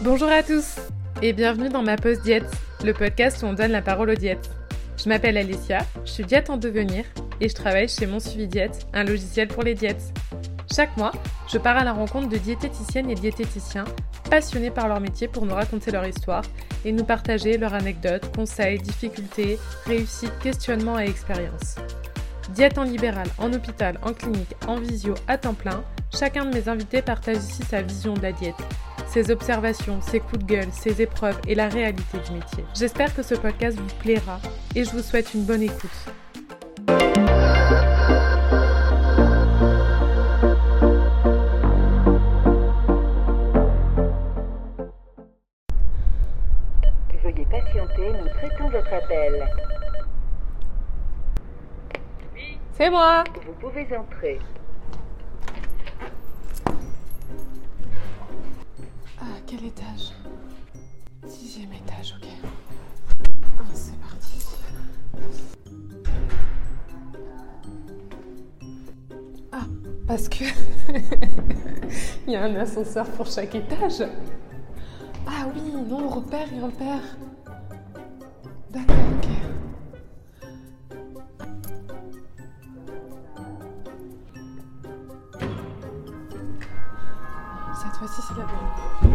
Bonjour à tous et bienvenue dans ma pause diète, le podcast où on donne la parole aux diètes. Je m'appelle Alicia, je suis diète en devenir et je travaille chez Mon Suivi Diète, un logiciel pour les diètes. Chaque mois, je pars à la rencontre de diététiciennes et diététiciens passionnés par leur métier pour nous raconter leur histoire et nous partager leurs anecdotes, conseils, difficultés, réussites, questionnements et expériences. Diète en libéral, en hôpital, en clinique, en visio, à temps plein, chacun de mes invités partage ici sa vision de la diète, ses observations, ses coups de gueule, ses épreuves et la réalité du métier. J'espère que ce podcast vous plaira et je vous souhaite une bonne écoute. Veuillez patienter, nous traitons votre appel. C'est moi! Vous pouvez entrer. Ah, quel étage? 10e étage, ok. Ah, c'est parti. Ah, parce que il y a un ascenseur pour chaque étage. Ah oui, non, repère. D'accord, ok. Cette fois-ci, c'est la bonne.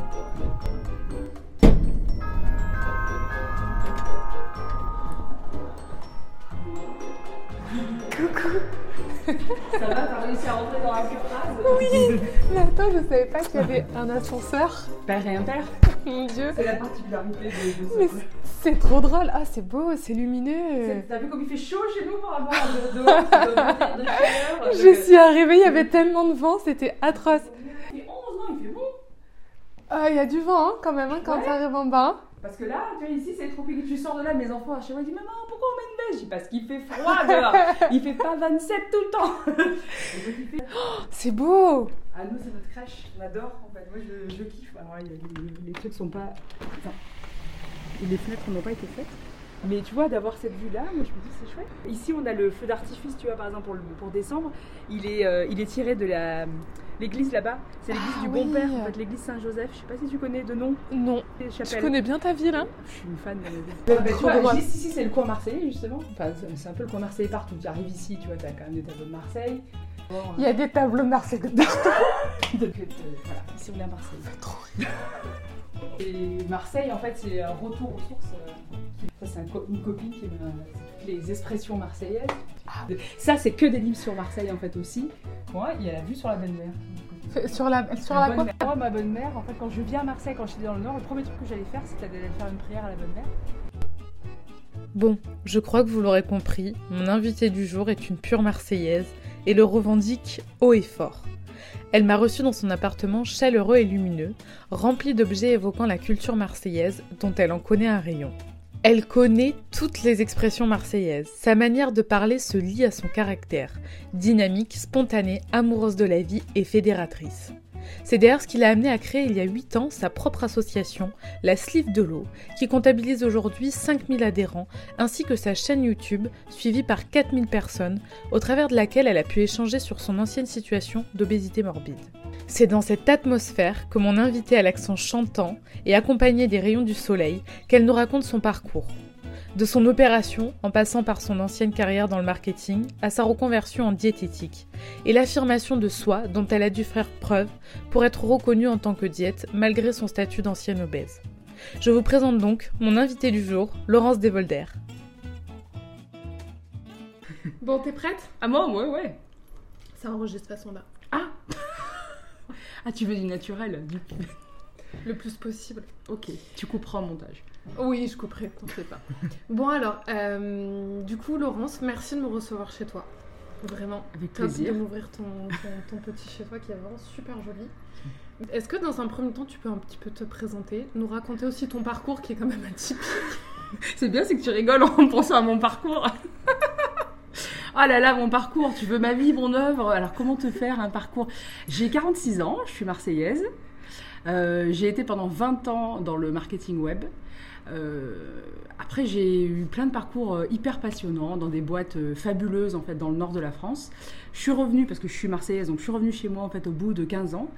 Ça va, t'as réussi à rentrer dans la phrase? Oui. Mais attends, je savais pas qu'il y avait un ascenseur. Père et impair. Mon Dieu. C'est la particularité de ce Mais c'est trop drôle. Ah, c'est beau, c'est lumineux. T'as vu comme il fait chaud chez nous par rapport à dehors, de chaleur. Je suis arrivée, il y avait tellement de vent, c'était atroce. Il fait 11 ans, il fait bon. Il y a du vent quand même quand tu arrives en bas. Parce que là, tu vois, ici c'est tropique. Tu sors de là, mes enfants à chaque fois ils disent maman, pourquoi on met une veste? Je dis parce qu'il fait froid dehors. Il fait pas 27 tout le temps. C'est beau. Ah, nous c'est notre crèche, on adore en fait. Moi je kiffe. Alors, les trucs sont pas. Attends. Les fenêtres n'ont pas été faites. Mais tu vois, d'avoir cette vue-là, moi je me dis c'est chouette. Ici on a le feu d'artifice, tu vois, par exemple pour décembre. Il est tiré de l'église là-bas. C'est l'église du Bon Père, en fait, l'église Saint-Joseph. Je sais pas si tu connais de nom. Non. Je connais bien ta ville, hein. Je suis une fan de la ville. Tu vois, juste ici c'est le coin marseillais justement. Enfin, c'est un peu le coin marseillais partout. Tu arrives ici, tu vois, t'as quand même des tableaux de Marseille. Bon, Il y a des tableaux de Marseille dedans. donc, voilà, ici on est à Marseille. Trop. Et Marseille, en fait, c'est un retour aux sources. Ça, c'est une copine qui m'a les expressions marseillaises. Ah. Ça, c'est que des livres sur Marseille, en fait, aussi. Moi, il y a la vue sur la bonne mer. Sur la quoi? Moi, ma bonne mère, en fait, quand je viens à Marseille, quand j'étais dans le Nord, le premier truc que j'allais faire, c'était d'aller faire une prière à la bonne mère. Bon, je crois que vous l'aurez compris, mon invitée du jour est une pure Marseillaise et le revendique haut et fort. Elle m'a reçue dans son appartement chaleureux et lumineux, rempli d'objets évoquant la culture marseillaise dont elle en connaît un rayon. Elle connaît toutes les expressions marseillaises. Sa manière de parler se lie à son caractère, dynamique, spontanée, amoureuse de la vie et fédératrice. C'est d'ailleurs ce qui l'a amenée à créer il y a 8 ans sa propre association, la Sleeve de l'eau, qui comptabilise aujourd'hui 5000 adhérents, ainsi que sa chaîne YouTube, suivie par 4000 personnes, au travers de laquelle elle a pu échanger sur son ancienne situation d'obésité morbide. C'est dans cette atmosphère que mon invitée à l'accent chantant et accompagnée des rayons du soleil qu'elle nous raconte son parcours. De son opération, en passant par son ancienne carrière dans le marketing, à sa reconversion en diététique, et l'affirmation de soi dont elle a dû faire preuve pour être reconnue en tant que diète malgré son statut d'ancienne obèse. Je vous présente donc mon invitée du jour, Laurence Devolder. Bon, t'es prête? Ah, moi, ouais. Ça enregistre façon là. Ah Ah, tu veux du naturel Le plus possible. Ok, tu couperas en montage. Oui, je couperai, t'en fais pas. Bon alors, du coup Laurence, merci de me recevoir chez toi. Vraiment. Avec Merci plaisir. de m'ouvrir ton petit chez toi qui est vraiment super joli. Est-ce que dans un premier temps tu peux un petit peu te présenter, nous raconter aussi ton parcours qui est quand même atypique? C'est bien, c'est que tu rigoles en pensant à mon parcours. Oh là là, mon parcours, tu veux ma vie, mon œuvre. Alors comment te faire un parcours? J'ai 46 ans, je suis marseillaise. J'ai été pendant 20 ans dans le marketing web. Après, j'ai eu plein de parcours hyper passionnants dans des boîtes fabuleuses en fait dans le nord de la France. Je suis revenue parce que je suis marseillaise, donc je suis revenue chez moi en fait au bout de 15 ans.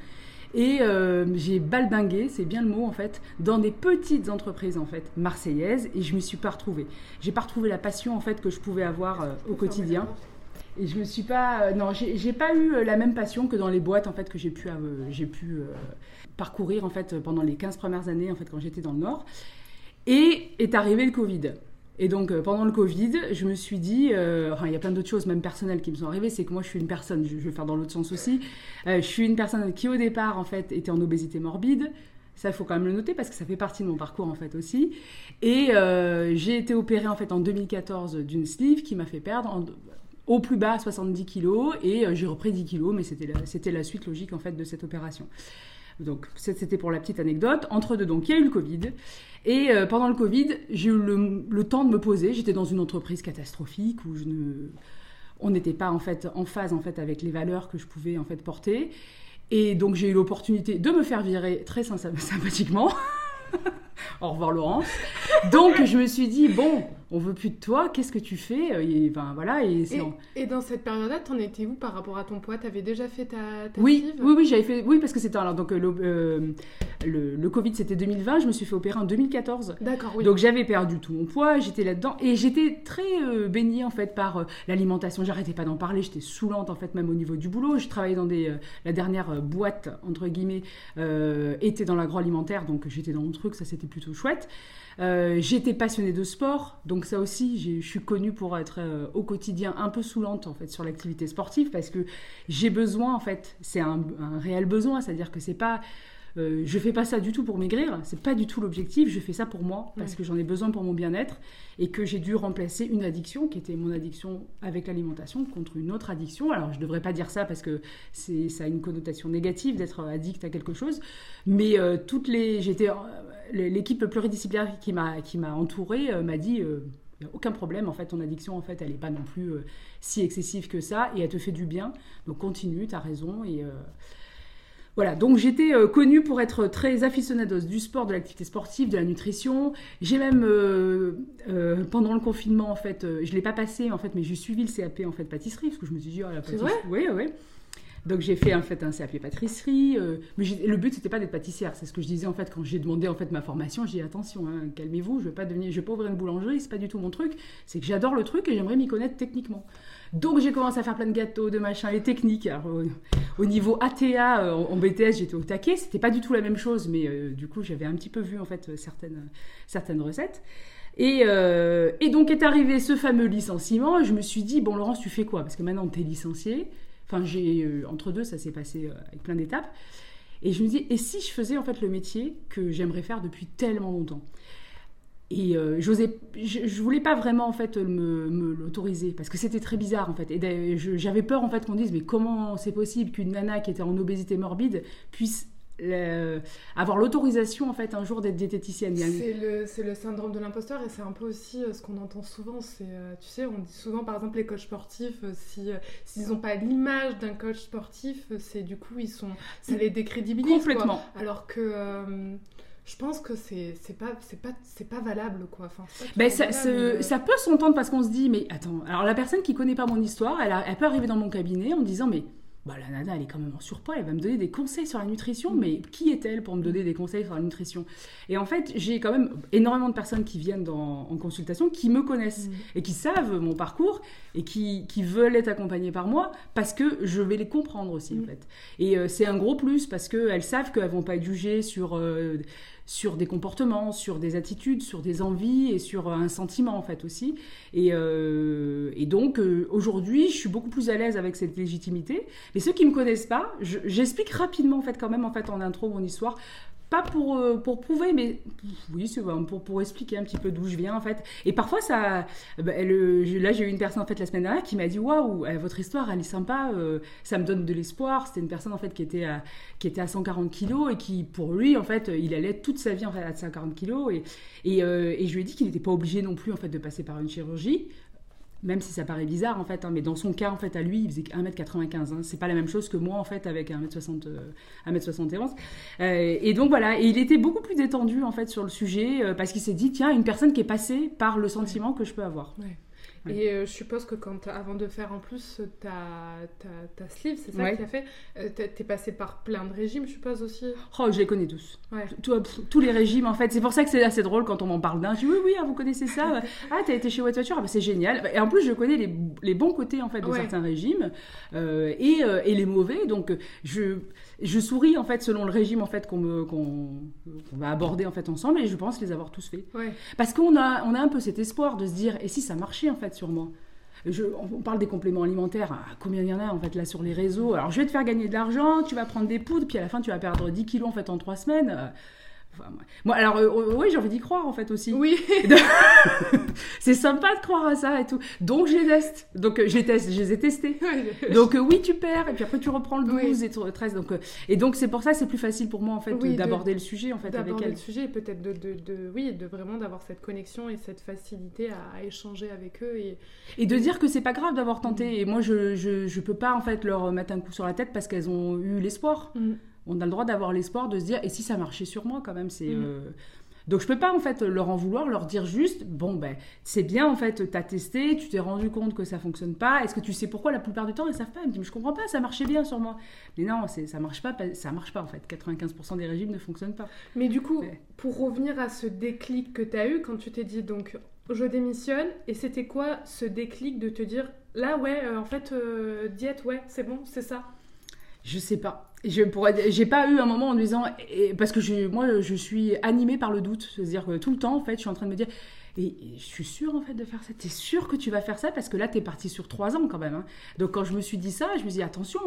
Et j'ai baldingué, c'est bien le mot en fait, dans des petites entreprises en fait marseillaises et je me suis pas retrouvée. J'ai pas retrouvé la passion en fait que je pouvais avoir au quotidien. Et je me suis pas, non, j'ai pas eu la même passion que dans les boîtes en fait que j'ai pu parcourir en fait pendant les 15 premières années en fait quand j'étais dans le Nord. Et est arrivé le Covid. Et donc, pendant le Covid, je me suis dit, il y a plein d'autres choses, même personnelles, qui me sont arrivées. C'est que moi, je suis une personne, je vais faire dans l'autre sens aussi, je suis une personne qui, au départ, en fait, était en obésité morbide. Ça, il faut quand même le noter, parce que ça fait partie de mon parcours, en fait, aussi. Et j'ai été opérée, en fait, en 2014 d'une sleeve qui m'a fait perdre, au plus bas, 70 kilos. Et j'ai repris 10 kilos, mais c'était la suite logique, en fait, de cette opération. Donc, c'était pour la petite anecdote. Entre deux, donc, il y a eu le Covid. Et pendant le Covid, j'ai eu le temps de me poser. J'étais dans une entreprise catastrophique où on n'était pas en fait en phase en fait avec les valeurs que je pouvais en fait porter. Et donc, j'ai eu l'opportunité de me faire virer très sympathiquement. Au revoir Laurence. Donc, je me suis dit, bon, on veut plus de toi, qu'est-ce que tu fais ? Et, ben, voilà, et dans cette période-là, t'en étais où par rapport à ton poids ? T'avais déjà fait ta oui, FIV ? oui, j'avais fait, oui, parce que c'était alors, donc, le Covid, c'était 2020, je me suis fait opérer en 2014. D'accord, oui. Donc, j'avais perdu tout mon poids, j'étais là-dedans, et j'étais très baignée, en fait, par l'alimentation. J'arrêtais pas d'en parler, j'étais saoulante, en fait, même au niveau du boulot. Je travaillais dans la dernière boîte, entre guillemets, était dans l'agroalimentaire, donc j'étais dans mon truc, ça c'était plutôt chouette. J'étais passionnée de sport, donc ça aussi, je suis connue pour être au quotidien un peu saoulante en fait sur l'activité sportive parce que j'ai besoin en fait, c'est un réel besoin, c'est-à-dire que c'est pas, je fais pas ça du tout pour maigrir, c'est pas du tout l'objectif, je fais ça pour moi parce que j'en ai besoin pour mon bien-être et que j'ai dû remplacer une addiction qui était mon addiction avec l'alimentation contre une autre addiction. Alors je devrais pas dire ça parce que ça a une connotation négative d'être addict à quelque chose, mais l'équipe pluridisciplinaire qui m'a entourée m'a dit il n'y a aucun problème, en fait, ton addiction, en fait, elle n'est pas non plus si excessive que ça et elle te fait du bien. Donc continue, tu as raison. Et voilà, donc j'étais connue pour être très aficionados du sport, de l'activité sportive, de la nutrition. J'ai même, pendant le confinement, en fait, je ne l'ai pas passé, en fait, mais j'ai suivi le CAP, en fait, pâtisserie, parce que je me suis dit, oh, la pâtisserie. C'est vrai ? Oui. Donc j'ai fait en fait un CAP pâtisserie, mais le but c'était pas d'être pâtissière, c'est ce que je disais en fait quand j'ai demandé en fait ma formation. J'ai dit attention, hein, calmez-vous, je vais pas ouvrir une boulangerie, c'est pas du tout mon truc. C'est que j'adore le truc et j'aimerais m'y connaître techniquement. Donc j'ai commencé à faire plein de gâteaux, de machins, les techniques. Alors, au niveau ATA en BTS, j'étais au taquet, c'était pas du tout la même chose, mais du coup j'avais un petit peu vu en fait certaines recettes. Et donc est arrivé ce fameux licenciement. Je me suis dit bon Laurence, tu fais quoi ? Parce que maintenant t'es licenciée. Enfin, entre deux, ça s'est passé avec plein d'étapes. Et je me dis, et si je faisais en fait le métier que j'aimerais faire depuis tellement longtemps ? Et je voulais pas vraiment en fait me l'autoriser parce que c'était très bizarre en fait. Et j'avais peur en fait qu'on dise, mais comment c'est possible qu'une nana qui était en obésité morbide puisse avoir l'autorisation en fait un jour d'être diététicienne. C'est le syndrome de l'imposteur et c'est un peu aussi ce qu'on entend souvent. C'est, tu sais, on dit souvent par exemple les coachs sportifs, s'ils n'ont pas l'image d'un coach sportif, c'est du coup ça les décrédibilise. Complètement. Quoi. Alors que je pense que c'est pas valable quoi. Enfin, ça peut s'entendre parce qu'on se dit mais attends, alors la personne qui connaît pas mon histoire, elle peut arriver dans mon cabinet en disant mais la nana, elle est quand même en surpoids, elle va me donner des conseils sur la nutrition, mais qui est-elle pour me donner des conseils sur la nutrition ? Et en fait, j'ai quand même énormément de personnes qui viennent en consultation, qui me connaissent et qui savent mon parcours et qui veulent être accompagnées par moi parce que je vais les comprendre aussi, en fait. Et c'est un gros plus parce qu'elles savent qu'elles ne vont pas être jugées sur des comportements, sur des attitudes, sur des envies et sur un sentiment en fait aussi. Et donc aujourd'hui, je suis beaucoup plus à l'aise avec cette légitimité. Mais ceux qui me connaissent pas, j'explique rapidement en fait quand même en fait en intro mon histoire. Pas pour prouver, mais oui, c'est pour expliquer un petit peu d'où je viens en fait. Et parfois là j'ai eu une personne en fait la semaine dernière qui m'a dit waouh, votre histoire elle est sympa, ça me donne de l'espoir. C'était une personne en fait qui était à 140 kilos et qui pour lui en fait il allait toute sa vie en fait à 140 kilos et je lui ai dit qu'il n'était pas obligé non plus en fait de passer par une chirurgie. Même si ça paraît bizarre en fait, hein, mais dans son cas en fait à lui il faisait 1m95, hein, c'est pas la même chose que moi en fait avec 1m71. Et donc voilà, et il était beaucoup plus détendu en fait sur le sujet parce qu'il s'est dit tiens, une personne qui est passée par le sentiment que je peux avoir. Ouais. Ouais. Et je suppose que avant de faire en plus ta sleeve, c'est ça Ouais. qui a fait, t'es passé par plein de régimes, je suppose aussi. Oh, je les connais tous. Ouais. Tous les régimes, en fait. C'est pour ça que c'est assez drôle quand on m'en parle d'un. Je dis oui, vous connaissez ça. Ah, t'as été chez Weight Watchers. Ah, bah, c'est génial. Et en plus, je connais les bons côtés, en fait, de Ouais. certains régimes et les mauvais. Donc, je souris, en fait, selon le régime, en fait, qu'on va aborder, en fait, ensemble. Et je pense les avoir tous faits. Ouais. Parce qu'on a un peu cet espoir de se dire, et si ça marchait, en fait, sur moi? On parle des compléments alimentaires, combien il y en a en fait là sur les réseaux. Alors je vais te faire gagner de l'argent, tu vas prendre des poudres, puis à la fin tu vas perdre 10 kilos en fait en 3 semaines. Enfin, moi alors oui, j'ai envie d'y croire en fait aussi. Oui. C'est sympa de croire à ça et tout. Donc je les teste. Donc je les ai testés. Ouais. Donc oui, tu perds et puis après tu reprends le 12 Oui. et 13. Et donc c'est pour ça que c'est plus facile pour moi en fait Oui, d'aborder le sujet en fait avec d'aborder elle. le sujet et peut-être de vraiment d'avoir cette connexion et cette facilité à échanger avec eux Et de dire que c'est pas grave d'avoir tenté. Et moi, je peux pas en fait leur mettre un coup sur la tête parce qu'elles ont eu l'espoir. On a le droit d'avoir l'espoir de se dire et si ça marchait sur moi quand même, c'est. Donc je peux pas en fait leur en vouloir, leur dire juste bon ben c'est bien en fait, t'as testé, tu t'es rendu compte que ça fonctionne pas. Est-ce que tu sais pourquoi la plupart du temps elles savent pas? Elles me disent mais je comprends pas, ça marchait bien sur moi. Mais non, ça marche pas en fait. 95% des régimes ne fonctionnent pas. Mais du coup, Ouais. pour revenir à ce déclic que tu as eu quand tu t'es dit donc je démissionne, et c'était quoi ce déclic de te dire là ouais en fait diète ouais c'est bon c'est ça. Je sais pas. J'ai pas eu un moment en me disant parce que moi je suis animée par le doute, c'est-à-dire que tout le temps en fait je suis en train de me dire et je suis sûre en fait de faire ça. T'es sûre que tu vas faire ça parce que là t'es partie sur 3 ans quand même. Hein. Donc quand je me suis dit ça, je me suis dit attention,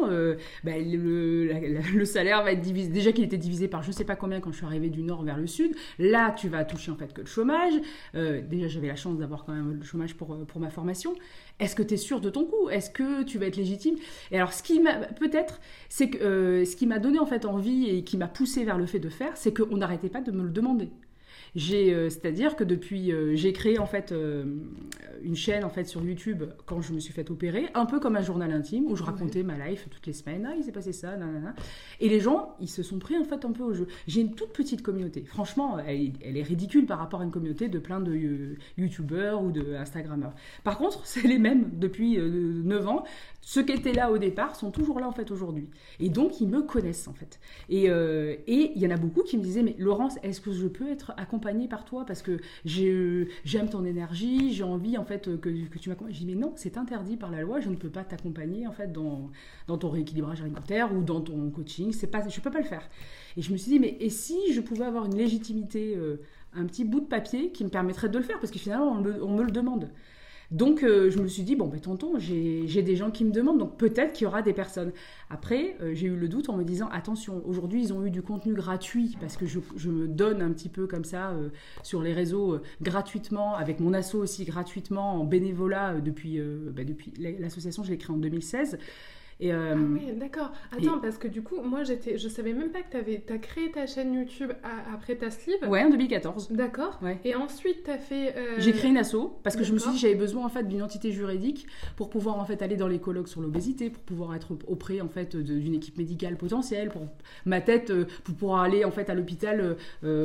le salaire va être divisé. Déjà qu'il était divisé par je sais pas combien quand je suis arrivée du nord vers le sud. Là tu vas toucher en fait que le chômage. Déjà j'avais la chance d'avoir quand même le chômage pour ma formation. Est-ce que tu es sûre de ton coup? Est-ce que tu vas être légitime? Et alors, ce qui m'a peut-être, c'est que ce qui m'a donné en fait envie et qui m'a poussée vers le fait de faire, c'est qu'on n'arrêtait pas de me le demander. C'est-à-dire que depuis, j'ai créé en fait une chaîne en fait sur YouTube quand je me suis fait opérer, un peu comme un journal intime où je racontais ma life toutes les semaines. Ah, il s'est passé ça, nanana. Et les gens, ils se sont pris en fait un peu au jeu. J'ai une toute petite communauté. Franchement, elle est ridicule par rapport à une communauté de plein de YouTubeurs ou de Instagrammeurs. Par contre, c'est les mêmes depuis 9 ans. Ceux qui étaient là au départ sont toujours là en fait aujourd'hui. Et donc, ils me connaissent en fait. Et il y en a beaucoup qui me disaient, mais Laurence, est-ce que je peux être accompagnée par toi? Parce que j'aime ton énergie, j'ai envie en fait que tu m'accompagnes. Je dis, mais non, c'est interdit par la loi, je ne peux pas t'accompagner en fait dans ton rééquilibrage alimentaire ou dans ton coaching. Je ne peux pas le faire. Et je me suis dit, mais et si je pouvais avoir une légitimité, un petit bout de papier qui me permettrait de le faire? Parce que finalement, on me le demande. Donc, je me suis dit, bon, ben tonton, j'ai des gens qui me demandent, donc peut-être qu'il y aura des personnes. Après, j'ai eu le doute en me disant, attention, aujourd'hui, ils ont eu du contenu gratuit, parce que je me donne un petit peu comme ça sur les réseaux gratuitement, avec mon asso aussi gratuitement, en bénévolat, depuis l'association, je l'ai créée en 2016. Ah oui, d'accord. Attends, parce que du coup, moi, je savais même pas que t'as créé ta chaîne YouTube après ta sleeve. Ouais, en 2014. D'accord. Ouais. Et ensuite, t'as fait... J'ai créé une asso parce que je me suis dit D'accord. j'avais besoin en fait d'une entité juridique pour pouvoir en fait aller dans les colloques sur l'obésité, pour pouvoir être auprès en fait d'une équipe médicale potentielle, pour ma tête, pour pouvoir aller en fait à l'hôpital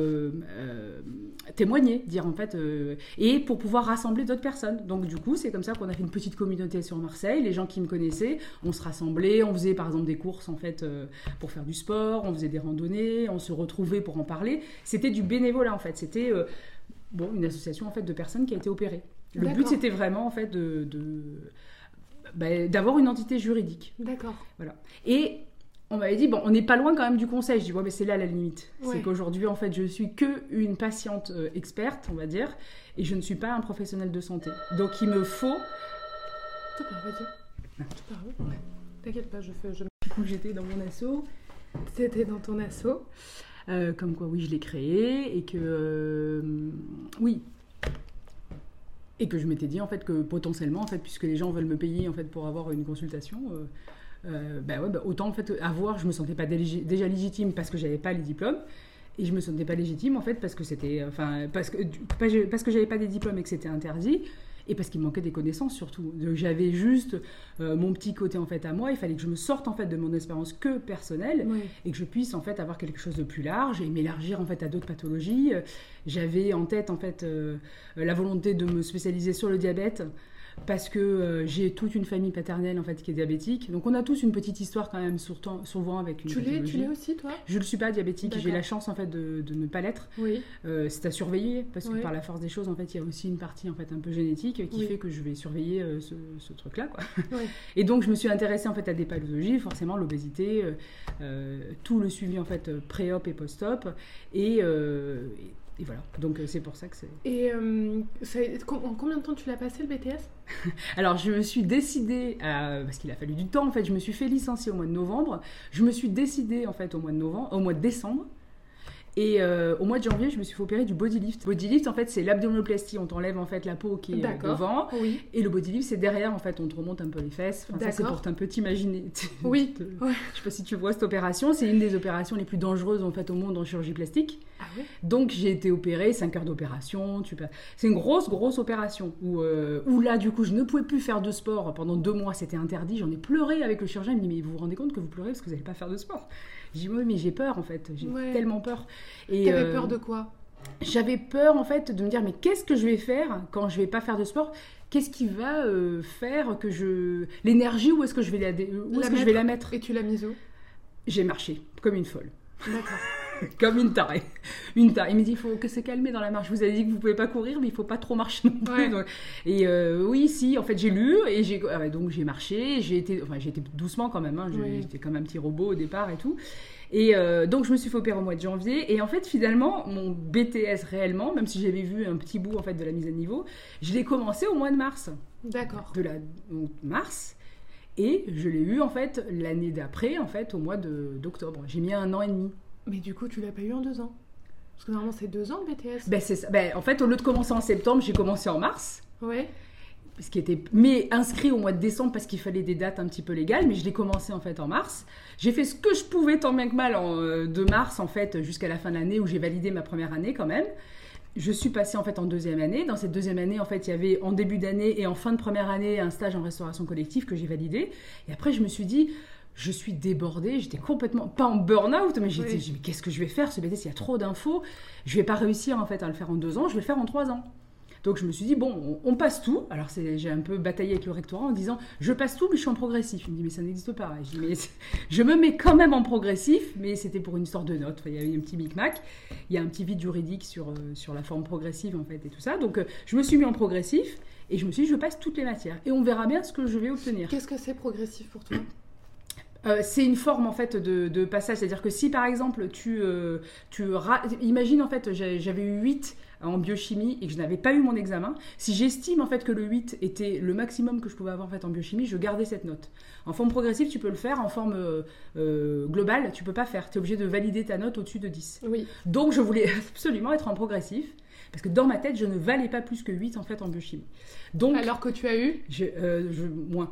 témoigner, dire en fait, et pour pouvoir rassembler d'autres personnes. Donc du coup, c'est comme ça qu'on a fait une petite communauté sur Marseille. Les gens qui me connaissaient, on se rassemblait, on faisait par exemple des courses en fait pour faire du sport, on faisait des randonnées, on se retrouvait pour en parler. C'était du bénévolat en fait. C'était une association en fait de personnes qui a été opérée. Le D'accord. but c'était vraiment en fait d'avoir une entité juridique. D'accord. Voilà. Et on m'avait dit, bon, on n'est pas loin quand même du conseil. Je dis, ouais, mais c'est là la limite. Ouais. C'est qu'aujourd'hui, en fait, je suis qu'une patiente experte, on va dire, et je ne suis pas un professionnel de santé. Donc, il me faut... Vas-y. Tu parles. Ouais. T'inquiète pas, je Du coup, j'étais dans mon asso. T'étais dans ton asso. Comme quoi, oui, je l'ai créé, et que... oui. Et que je m'étais dit, en fait, que potentiellement, en fait, puisque les gens veulent me payer, en fait, pour avoir une consultation... autant en fait je me sentais pas déjà légitime parce que j'avais pas les diplômes et je me sentais pas légitime en fait parce que j'avais pas des diplômes et que c'était interdit et parce qu'il me manquait des connaissances surtout. Donc, j'avais juste mon petit côté en fait à moi, il fallait que je me sorte en fait de mon expérience que personnelle et que je puisse en fait avoir quelque chose de plus large et m'élargir en fait à d'autres pathologies. J'avais en tête en fait la volonté de me spécialiser sur le diabète. parce que j'ai toute une famille paternelle en fait qui est diabétique. Donc on a tous une petite histoire quand même souvent avec une pathologie. Tu l'es aussi toi? Je ne suis pas diabétique, D'accord. j'ai la chance en fait de ne pas l'être. Oui. C'est à surveiller parce que Oui. par la force des choses en fait il y a aussi une partie en fait un peu génétique qui Oui. fait que je vais surveiller ce truc-là quoi. Oui. Et donc je me suis intéressée en fait à des pathologies, forcément l'obésité, tout le suivi en fait pré-op et post-op et voilà, donc c'est pour ça que c'est... Et en combien de temps tu l'as passé le BTS? Alors je me suis décidée, parce qu'il a fallu du temps en fait, je me suis fait licencier au mois de novembre, je me suis décidée en fait au mois de décembre, et au mois de janvier je me suis fait opérer du bodylift. Bodylift en fait c'est l'abdominoplastie, on t'enlève en fait la peau qui est devant, Oui. et le bodylift c'est derrière en fait, on te remonte un peu les fesses, enfin, ça c'est pour un peu t'imaginer. Oui. Ouais. Je sais pas si tu vois cette opération, c'est une des opérations les plus dangereuses en fait au monde en chirurgie plastique. Ah oui. Donc j'ai été opérée, 5 heures d'opération, c'est une grosse opération où là du coup je ne pouvais plus faire de sport pendant 2 mois, c'était interdit, j'en ai pleuré avec le chirurgien, il me dit mais vous vous rendez compte que vous pleurez parce que vous n'allez pas faire de sport? J'ai dit oui mais j'ai peur en fait, j'ai tellement peur. Et t'avais peur de quoi? J'avais peur en fait de me dire mais qu'est-ce que je vais faire quand je vais pas faire de sport? Qu'est-ce qui va faire que l'énergie, où est-ce que je vais je vais la mettre? Et tu l'as mise où? J'ai marché comme une folle. D'accord. Comme une tarée. Il me dit, il faut que se calmer dans la marche. Vous avez dit que vous pouvez pas courir, mais il faut pas trop marcher non plus. Ouais. Donc, et oui, si, en fait, j'ai lu et donc j'ai marché. J'ai été doucement quand même. Hein, j'étais comme un petit robot au départ et tout. Et donc je me suis fait opérer au mois de janvier. Et en fait, finalement, mon BTS réellement, même si j'avais vu un petit bout en fait de la mise à niveau, je l'ai commencé au mois de mars. D'accord. Donc, mars. Et je l'ai eu en fait l'année d'après, en fait, au mois d'octobre. J'ai mis 1 an et demi. Mais du coup, tu l'as pas eu en 2 ans? Parce que normalement, c'est 2 ans le BTS. Ben, c'est ça. Ben, en fait, au lieu de commencer en septembre, j'ai commencé en mars. Ouais. Mais inscrit au mois de décembre parce qu'il fallait des dates un petit peu légales. Mais je l'ai commencé en fait en mars. J'ai fait ce que je pouvais tant bien que mal de mars en fait jusqu'à la fin de l'année où j'ai validé ma première année quand même. Je suis passée en fait en 2e année. Dans cette 2e année, en fait, il y avait en début d'année et en fin de première année un stage en restauration collective que j'ai validé. Et après, je me suis dit... Je suis débordée, j'étais complètement, pas en burn-out, mais j'ai dit, mais qu'est-ce que je vais faire? Ce BTS, il y a trop d'infos, je vais pas réussir en fait à le faire en 2 ans, je vais le faire en 3 ans. Donc je me suis dit, bon, on passe tout. Alors j'ai un peu bataillé avec le rectorat en disant, je passe tout, mais je suis en progressif. Il me dit, mais ça n'existe pas. Je dis, mais je me mets quand même en progressif, mais c'était pour une sorte de note. Enfin, il y avait un petit micmac, il y a un petit vide juridique sur la forme progressive en fait et tout ça. Donc je me suis mis en progressif et je me suis dit, je passe toutes les matières et on verra bien ce que je vais obtenir. Qu'est-ce que c'est progressif pour toi? C'est une forme en fait de passage, c'est-à-dire que si par exemple imagine en fait j'avais eu 8 en biochimie et que je n'avais pas eu mon examen, si j'estime en fait que le 8 était le maximum que je pouvais avoir en fait en biochimie, je gardais cette note. En forme progressive, tu peux le faire, en forme globale, tu peux pas faire, tu es obligé de valider ta note au-dessus de 10. Oui. Donc je voulais absolument être en progressif. Parce que dans ma tête, je ne valais pas plus que 8 en fait en biochimie. Donc, alors que tu as eu moins.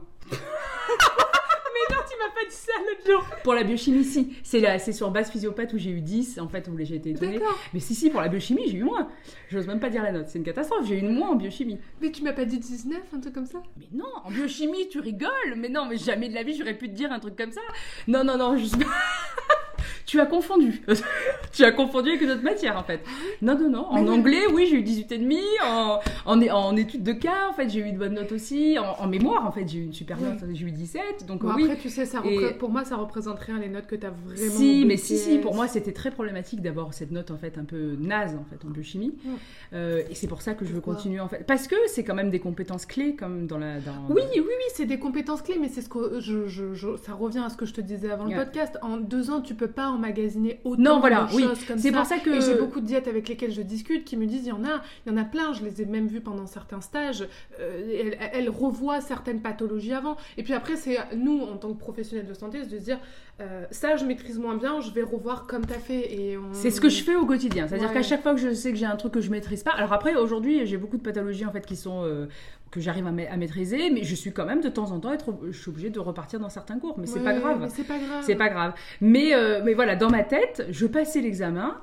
Tu m'as pas dit ça l'autre jour. Pour la biochimie, si. C'est sur base physiopathe où j'ai eu 10, en fait, où j'ai été étonnée. D'accord. Mais si, pour la biochimie, j'ai eu moins. J'ose même pas dire la note. C'est une catastrophe. J'ai eu une moins en biochimie. Mais tu m'as pas dit 19, un truc comme ça? Mais non, en biochimie, tu rigoles. Mais non, mais jamais de la vie, j'aurais pu te dire un truc comme ça. Non, je suis... Tu as confondu. Tu as confondu avec une autre matière, en fait. Non. En anglais, oui, j'ai eu 18,5. En études de cas, en fait, j'ai eu de bonnes notes aussi. En mémoire, en fait, j'ai eu une super note. J'ai eu 17. Donc, bon, oui. Après, tu sais, pour moi, ça représente rien les notes que tu as vraiment. Si, pour moi, c'était très problématique d'avoir cette note, en fait, un peu naze, en fait, en biochimie. Et c'est pour ça que je veux continuer, en fait. Parce que c'est quand même des compétences clés, comme dans la... Oui, c'est des compétences clés, mais c'est ce que ça revient à ce que je te disais avant le podcast. En 2 ans, tu peux pas emmagasiner autant de choses comme ça. C'est pour ça que... Et j'ai beaucoup de diètes avec lesquelles je discute qui me disent, il y en a plein, je les ai même vues pendant certains stages, elles revoient certaines pathologies avant. Et puis après, c'est nous, en tant que professionnels de santé, de se dire, ça, je maîtrise moins bien, je vais revoir comme t'as fait. C'est ce que je fais au quotidien. C'est-à-dire qu'à chaque fois que je sais que j'ai un truc que je maîtrise pas... Alors après, aujourd'hui, j'ai beaucoup de pathologies, en fait, qui sont... que j'arrive à maîtriser, mais je suis quand même de temps en temps je suis obligée de repartir dans certains cours, mais c'est pas grave. Mais c'est pas grave. C'est pas grave. Mais voilà, dans ma tête, je passais l'examen.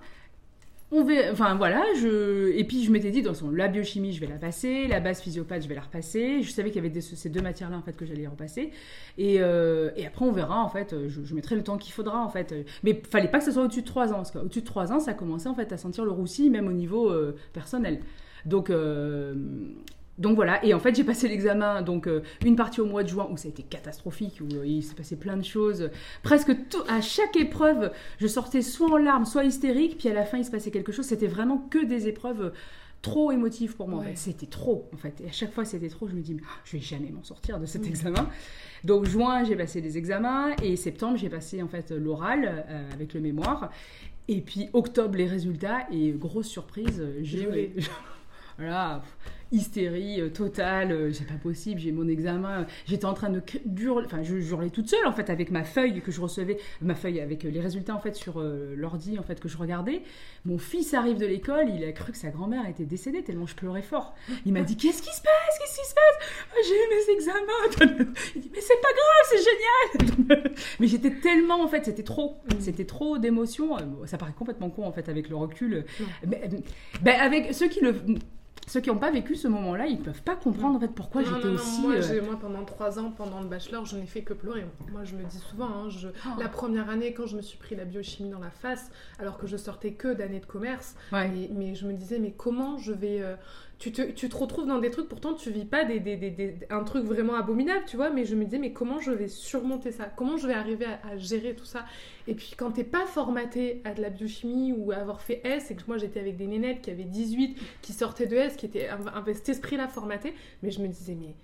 Et puis je m'étais dit, la biochimie, je vais la passer, la base physiopathe, je vais la repasser. Je savais qu'il y avait ces 2 matières-là, en fait, que j'allais repasser. Et après, on verra, en fait, je mettrai le temps qu'il faudra, en fait. Mais il fallait pas que ça soit au-dessus de 3 ans, parce qu'au-dessus de 3 ans, ça commençait, en fait, à sentir le roussi, même au niveau personnel. Donc, Donc voilà, et en fait j'ai passé l'examen, donc une partie au mois de juin où ça a été catastrophique, où il s'est passé plein de choses. Presque à chaque épreuve, je sortais soit en larmes, soit hystérique, puis à la fin il se passait quelque chose. C'était vraiment que des épreuves trop émotives pour moi. En fait. C'était trop, en fait. Et à chaque fois c'était trop, je me dis, je vais jamais m'en sortir de cet examen. Donc juin, j'ai passé les examens, et septembre, j'ai passé en fait l'oral avec le mémoire. Et puis octobre, les résultats, et grosse surprise, j'ai... Voilà, hystérie totale, c'est pas possible, j'ai mon examen, j'étais en train de hurler, enfin je hurlais toute seule en fait avec ma feuille que je recevais, ma feuille avec les résultats en fait sur l'ordi en fait que je regardais. Mon fils arrive de l'école, il a cru que sa grand-mère était décédée tellement je pleurais fort. Il m'a dit qu'est-ce qui se passe, j'ai eu mes examens. Il dit mais c'est pas grave, c'est génial. Mais j'étais tellement en fait, c'était trop d'émotions, ça paraît complètement con en fait avec le recul. Mais avec ceux qui n'ont pas vécu ce moment-là, ils ne peuvent pas comprendre en fait pourquoi j'étais aussi... Moi, pendant 3 ans, pendant le bachelor, je n'ai fait que pleurer. Moi, je me dis souvent, la première année, quand je me suis pris la biochimie dans la face, alors que je sortais que d'années de commerce, mais je me disais, mais comment je vais... Tu te retrouves dans des trucs, pourtant tu vis pas un truc vraiment abominable, tu vois, mais je me disais, mais comment je vais surmonter ça? Comment je vais arriver à gérer tout ça? Et puis quand t'es pas formaté à de la biochimie ou à avoir fait S, et que moi j'étais avec des nénettes qui avaient 18, qui sortaient de S, qui étaient avec cet esprit-là formaté, mais je me disais, mais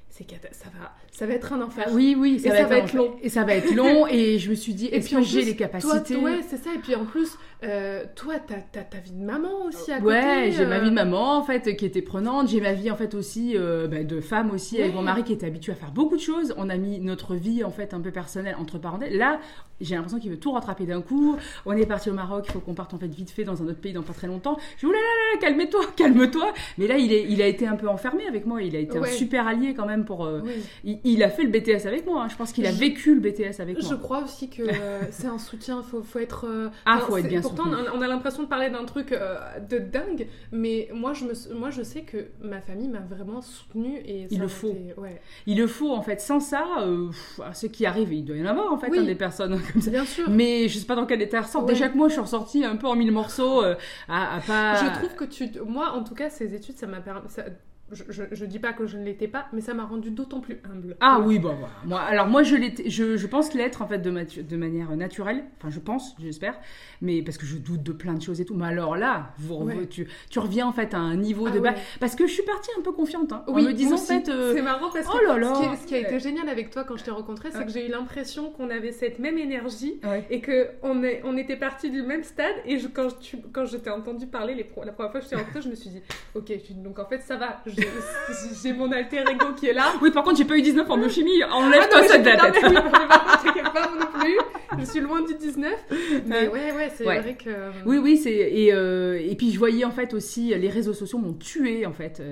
ça va être un enfer. Oui, ça va être long. Et ça va être long, et je me suis dit, est-ce que j'ai les capacités? Ouais, c'est ça, et puis en plus, toi, t'as ta vie de maman aussi à côté. Ouais, j'ai ma vie de maman, en fait, qui était prenante. J'ai ma vie, en fait, aussi de femme aussi, avec mon mari qui était habitué à faire beaucoup de choses. On a mis notre vie, en fait, un peu personnelle entre parenthèses. Là, j'ai l'impression qu'il veut tout rattraper d'un coup. On est parti au Maroc, il faut qu'on parte, en fait, vite fait dans un autre pays dans pas très longtemps. Je dis, oulala, calme-toi. Mais là, il a été un peu enfermé avec moi. Il a été un super allié, quand même, pour... Il a fait le BTS avec moi. Hein. Je pense qu'il a vécu le BTS avec moi. Je crois aussi que c'est un soutien. Faut être... faut être bien pourtant, soutenu. On a l'impression de parler d'un truc de dingue, mais moi, je sais que ma famille m'a vraiment soutenue. Et il le faut. Il le faut, en fait. Sans ça, ce qui arrive, il doit y en avoir, en fait, des personnes comme ça. Bien sûr. Mais je sais pas dans quel état elles ressortent. Déjà que moi, je suis ressortie un peu en 1000 morceaux, à pas... Je trouve que moi, en tout cas, ces études, ça m'a permis... Je dis pas que je ne l'étais pas, mais ça m'a rendue d'autant plus humble. Ah oui, bah voilà. Moi, je pense l'être en fait de manière naturelle. Enfin, je pense, j'espère. Mais parce que je doute de plein de choses et tout. Mais alors là, tu reviens en fait à un niveau de bas. Parce que je suis partie un peu confiante. Hein, en me disant en fait. C'est marrant parce que ce qui a été génial avec toi quand je t'ai rencontrée, c'est que j'ai eu l'impression qu'on avait cette même énergie et qu'on était partis du même stade. Et quand je t'ai entendu parler la première fois que je t'ai rencontrée, je me suis dit, ok, donc en fait ça va. J'ai mon alter ego qui est là. Oui, par contre, j'ai pas eu 19 en biochimie. Enlève-toi ça de la tête. T'inquiète pas, moi non plus. Je suis loin du 19. Mais c'est vrai que... Oui, c'est... Et puis, je voyais, en fait, aussi, les réseaux sociaux m'ont tuée, en fait.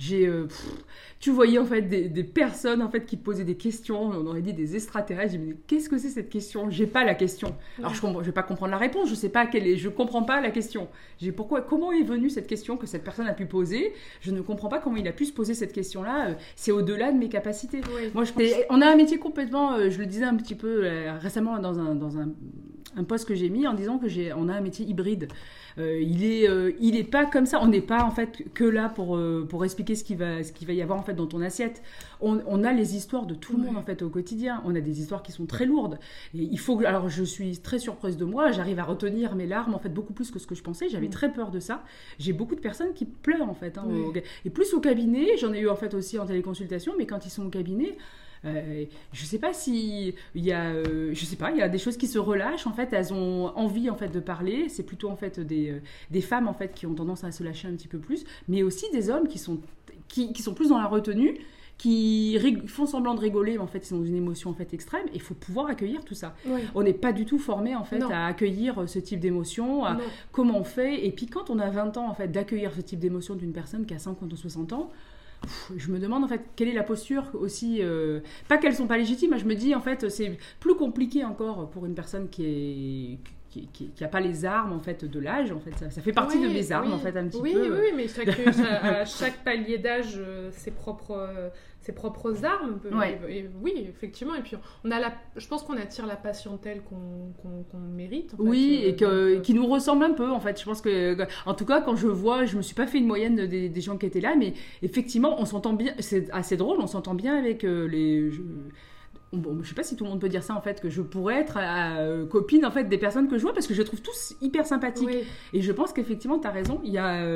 Tu voyais, en fait, des personnes, en fait, qui posaient des questions. On aurait dit des extraterrestres. Je me disais, qu'est-ce que c'est cette question? J'ai pas la question. Alors, je vais pas comprendre la réponse. Je sais pas je comprends pas la question. Comment est venue cette question que cette personne a pu poser? Je ne comprends pas comment il a pu se poser cette question-là. C'est au-delà de mes capacités. Moi, on a un métier complètement... je le disais un petit peu récemment dans un post que j'ai mis en disant on a un métier hybride. Il est pas comme ça. On n'est pas en fait que là pour expliquer ce qu'il va y avoir en fait dans ton assiette. On a les histoires de tout le monde en fait au quotidien. On a des histoires qui sont très lourdes. Et alors je suis très surprise de moi. J'arrive à retenir mes larmes en fait beaucoup plus que ce que je pensais. J'avais très peur de ça. J'ai beaucoup de personnes qui pleurent en fait. Et plus au cabinet. J'en ai eu en fait aussi en téléconsultation. Mais quand ils sont au cabinet. Je sais pas si il y a des choses qui se relâchent en fait, elles ont envie en fait de parler. C'est plutôt en fait des femmes en fait qui ont tendance à se lâcher un petit peu plus, mais aussi des hommes qui sont plus dans la retenue, qui font semblant de rigoler, mais en fait ils sont dans une émotion en fait extrême. Et il faut pouvoir accueillir tout ça. On n'est pas du tout formé en fait à accueillir ce type d'émotion, comment on fait. Et puis quand on a 20 ans en fait d'accueillir ce type d'émotion d'une personne qui a 50 ou 60 ans, je me demande en fait quelle est la posture aussi, pas qu'elles sont pas légitimes, je me dis en fait c'est plus compliqué encore pour une personne qui qui a pas les armes en fait de l'âge, en fait, ça fait partie de mes armes en fait un petit peu. Oui, mais à chaque palier d'âge, ses propres armes. Et oui, effectivement. Et puis je pense qu'on attire la patientèle qu'on mérite. En fait, et qui nous ressemble un peu en fait. Je pense que, en tout cas, quand je me suis pas fait une moyenne des gens qui étaient là, mais effectivement, on s'entend bien. C'est assez drôle, on s'entend bien avec je sais pas si tout le monde peut dire ça en fait, que je pourrais être copine en fait des personnes que je vois, parce que je les trouve tous hyper sympathiques. Et je pense qu'effectivement tu as raison, il y a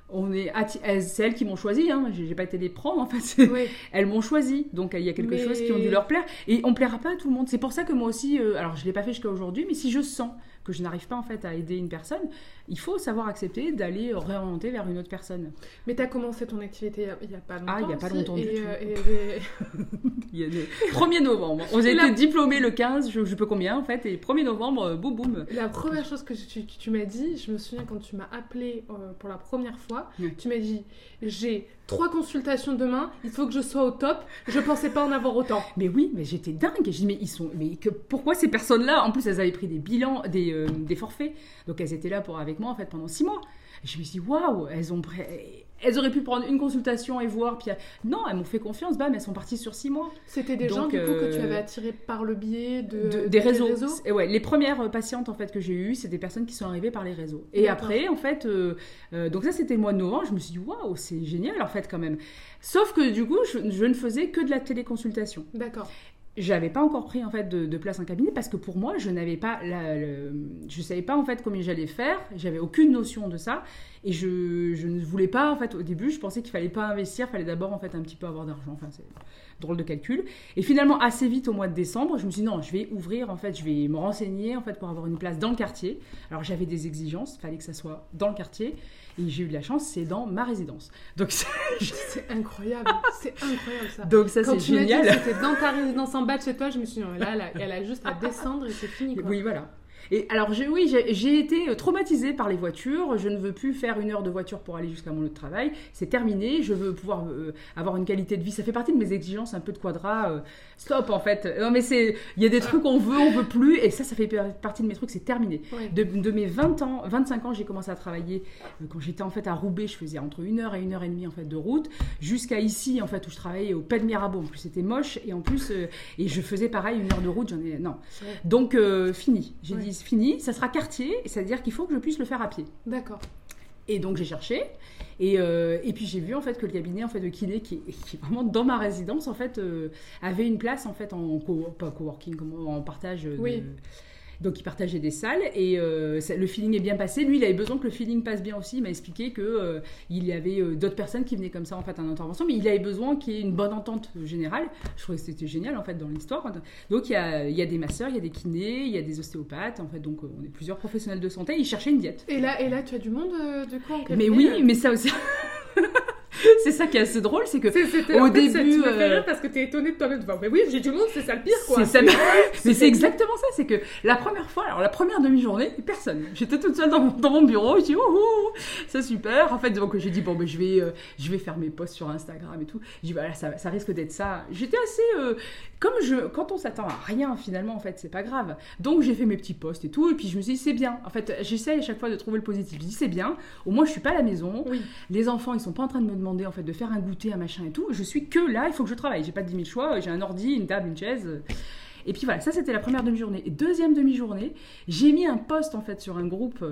c'est elles qui m'ont choisi, hein. J'ai pas été les prendre en fait, elles m'ont choisi, donc il y a quelque chose qui ont dû leur plaire, et on plaira pas à tout le monde. C'est pour ça que moi aussi, alors je l'ai pas fait jusqu'à aujourd'hui, mais si je sens que je n'arrive pas en fait à aider une personne, il faut savoir accepter d'aller réorienter vers une autre personne. Mais tu as commencé ton activité il y a pas longtemps. Il y a pas longtemps du tout. 1er novembre. On a été diplômés le 15, je peux combien en fait, et 1er novembre, boum boum. La première chose que tu m'as dit, je me souviens quand tu m'as appelé pour la première fois, tu m'as dit j'ai 3 consultations demain, il faut que je sois au top. Je pensais pas en avoir autant. Mais oui, mais j'étais dingue. J'ai dit pourquoi ces personnes-là, en plus elles avaient pris des bilans, des forfaits, donc elles étaient là avec moi en fait pendant 6 mois. Et je me suis dit waouh, elles auraient pu prendre une consultation et voir, puis non, elles m'ont fait confiance, bam, elles sont parties sur 6 mois. C'était des gens du coup que tu avais attirés par le biais des réseaux. Et ouais, les premières patientes en fait que j'ai eues, c'est des personnes qui sont arrivées par les réseaux. Et après en fait, donc ça c'était le mois de novembre, je me suis dit waouh, c'est génial en fait quand même. Sauf que du coup, je ne faisais que de la téléconsultation. D'accord. J'avais pas encore pris en fait de place en cabinet, parce que pour moi je n'avais pas je savais pas en fait combien j'allais faire, j'avais aucune notion de ça, et je ne voulais pas en fait, au début je pensais qu'il fallait pas investir, fallait d'abord en fait un petit peu avoir d'argent, enfin c'est drôle de calcul. Et finalement assez vite au mois de décembre, je me suis dit non, je vais ouvrir en fait, je vais me renseigner en fait pour avoir une place dans le quartier. Alors j'avais des exigences, fallait que ça soit dans le quartier, et j'ai eu de la chance, c'est dans ma résidence. Donc c'est incroyable, c'est incroyable ça. Donc ça c'est génial. Quand tu m'as dit que c'était dans ta résidence en bas de chez toi, je me suis dit non, là elle a juste à descendre et c'est fini quoi. Oui, voilà. Et alors j'ai été traumatisée par les voitures. Je ne veux plus faire 1 heure de voiture pour aller jusqu'à mon lieu de travail. C'est terminé. Je veux pouvoir avoir une qualité de vie. Ça fait partie de mes exigences, un peu de quadra. Stop en fait. Non mais il y a des trucs on veut plus. Et ça fait partie de mes trucs. C'est terminé. Ouais. De mes 25 ans, j'ai commencé à travailler. Quand j'étais en fait à Roubaix, je faisais entre 1 heure et 1 heure et demie en fait de route, jusqu'à ici en fait où je travaillais au Pays de Mirabeau. En plus c'était moche, et en plus et je faisais pareil 1 heure de route. Non. Ouais. Donc fini. J'ai dit fini, ça sera quartier, c'est-à-dire qu'il faut que je puisse le faire à pied. D'accord. Et donc j'ai cherché, et puis j'ai vu en fait que le cabinet en fait de kiné qui est vraiment dans ma résidence en fait avait une place en fait pas coworking, en partage. Donc il partageait des salles, et le feeling est bien passé. Lui, il avait besoin que le feeling passe bien aussi. Il m'a expliqué que il y avait d'autres personnes qui venaient comme ça en fait en intervention, mais il avait besoin qu'il y ait une bonne entente générale. Je trouvais que c'était génial en fait dans l'histoire. Donc il y a des masseurs, il y a des kinés, il y a des ostéopathes en fait. Donc on est plusieurs professionnels de santé. Il cherchait une diète. Et là tu as du monde de quoi en cabinet? Mais oui, mais ça aussi. C'est ça qui est assez drôle, c'est que au début, tu me fais rire parce que t'es étonnée de toi-même. Mais oui, j'ai du monde, c'est ça le pire, quoi. Mais c'est exactement ça, c'est que la première demi-journée, personne. J'étais toute seule dans mon bureau, je dis c'est super. En fait, donc j'ai dit je vais faire mes posts sur Instagram et tout. Je dis voilà, ça risque d'être ça. J'étais assez quand on s'attend à rien finalement en fait, c'est pas grave. Donc j'ai fait mes petits posts et tout, et puis je me suis dit c'est bien. En fait, j'essaie à chaque fois de trouver le positif. Je dis c'est bien. Au moins je suis pas à la maison. Oui. Les enfants, ils sont pas en train de me demander en fait de faire un goûter, un machin et tout. Je suis que là, il faut que je travaille. J'ai pas 10 000 choix, j'ai un ordi, une table, une chaise. Et puis voilà, ça c'était la première demi-journée. Et deuxième demi-journée, j'ai mis un post en fait sur un groupe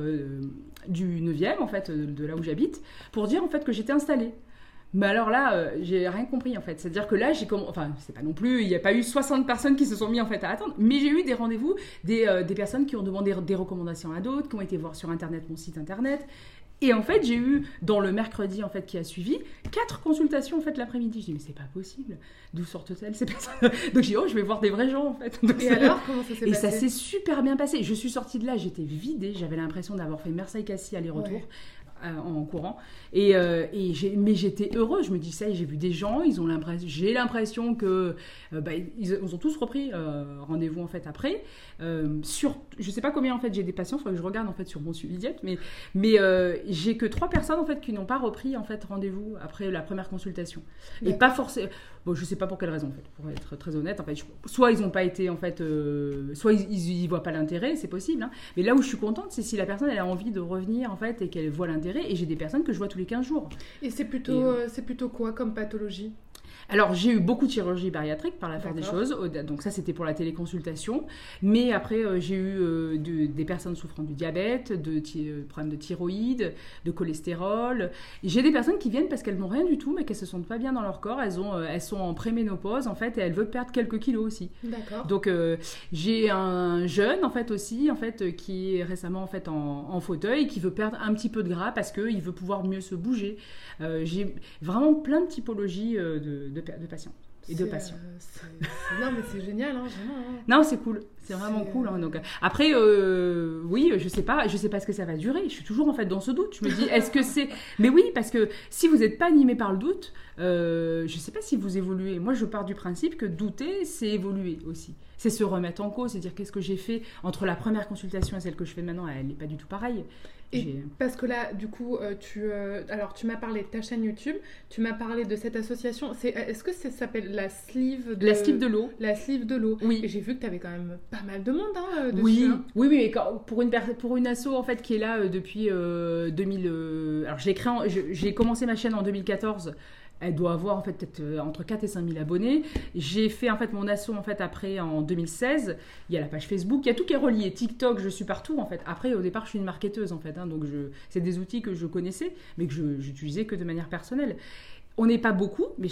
du 9e en fait, de là où j'habite, pour dire en fait que j'étais installée. Mais alors là, j'ai rien compris en fait. C'est-à-dire que là, c'est pas non plus, il n'y a pas eu 60 personnes qui se sont mis en fait à attendre, mais j'ai eu des rendez-vous, des personnes qui ont demandé des recommandations à d'autres, qui ont été voir sur internet mon site internet. Et en fait, j'ai eu, dans le mercredi en fait qui a suivi, 4 consultations en fait l'après-midi. Je dis mais c'est pas possible. D'où sortent-elles ces personnes? Donc j'ai dit je vais voir des vrais gens en fait. Donc, alors comment ça s'est passé? Et ça s'est super bien passé. Je suis sortie de là, j'étais vidée. J'avais l'impression d'avoir fait Marseille-Cassis aller-retour. Ouais. en courant. Mais j'étais heureuse. Je me dis, ça y est, j'ai vu des gens, j'ai l'impression que ils ont tous repris rendez-vous en fait après. Je sais pas combien en fait j'ai des patients, il faudrait que je regarde en fait sur mon suivi diète, mais j'ai que 3 personnes en fait qui n'ont pas repris en fait rendez-vous après la première consultation. Et pas forcément. Bon, je sais pas pour quelle raison en fait, pour être très honnête. En fait, soit ils n'ont pas été en fait, soit ils voient pas l'intérêt, c'est possible. Hein. Mais là où je suis contente, c'est si la personne elle a envie de revenir en fait et qu'elle voit l'intérêt. Et j'ai des personnes que je vois tous les 15 jours. Et c'est plutôt quoi comme pathologie ? Alors, j'ai eu beaucoup de chirurgie bariatrique par la force des choses. Donc ça, c'était pour la téléconsultation. Mais après, j'ai eu des personnes souffrant du diabète, de problèmes de thyroïde, de cholestérol. J'ai des personnes qui viennent parce qu'elles n'ont rien du tout, mais qu'elles se sentent pas bien dans leur corps. Elles sont en préménopause, en fait, et elles veulent perdre quelques kilos aussi. D'accord. Donc, j'ai un jeune, en fait, aussi, en fait, qui est récemment, en fait, en fauteuil, qui veut perdre un petit peu de gras parce qu'il veut pouvoir mieux se bouger. J'ai vraiment plein de typologies de patients et de patients. Non, mais c'est génial, hein, vraiment. Hein. Non, c'est cool, c'est vraiment cool. Hein, donc après, oui, je sais pas ce que ça va durer. Je suis toujours en fait dans ce doute. Je me dis, est-ce que c'est... Mais oui, parce que si vous n'êtes pas animé par le doute, je sais pas si vous évoluez. Moi, je pars du principe que douter, c'est évoluer aussi. C'est se remettre en cause, c'est dire qu'est-ce que j'ai fait entre la première consultation et celle que je fais maintenant, elle n'est pas du tout pareille. Et parce que là, du coup, tu m'as parlé de ta chaîne YouTube, tu m'as parlé de cette association. Est-ce que ça s'appelle la Sleeve de... La Sleeve de l'eau. La Sleeve de l'eau. Oui. Et j'ai vu que tu avais quand même pas mal de monde dessus. Oui, hein. oui, mais pour une asso en fait qui est là depuis 2000. Alors j'ai commencé ma chaîne en 2014. Elle doit avoir en fait peut-être entre 4 et 5 000 abonnés. J'ai fait en fait mon asso en fait après en 2016. Il y a la page Facebook, il y a tout qui est relié. TikTok, je suis partout en fait. Après au départ je suis une marketeuse en fait, hein, donc c'est des outils que je connaissais, mais que j'utilisais que de manière personnelle. On n'est pas beaucoup, mais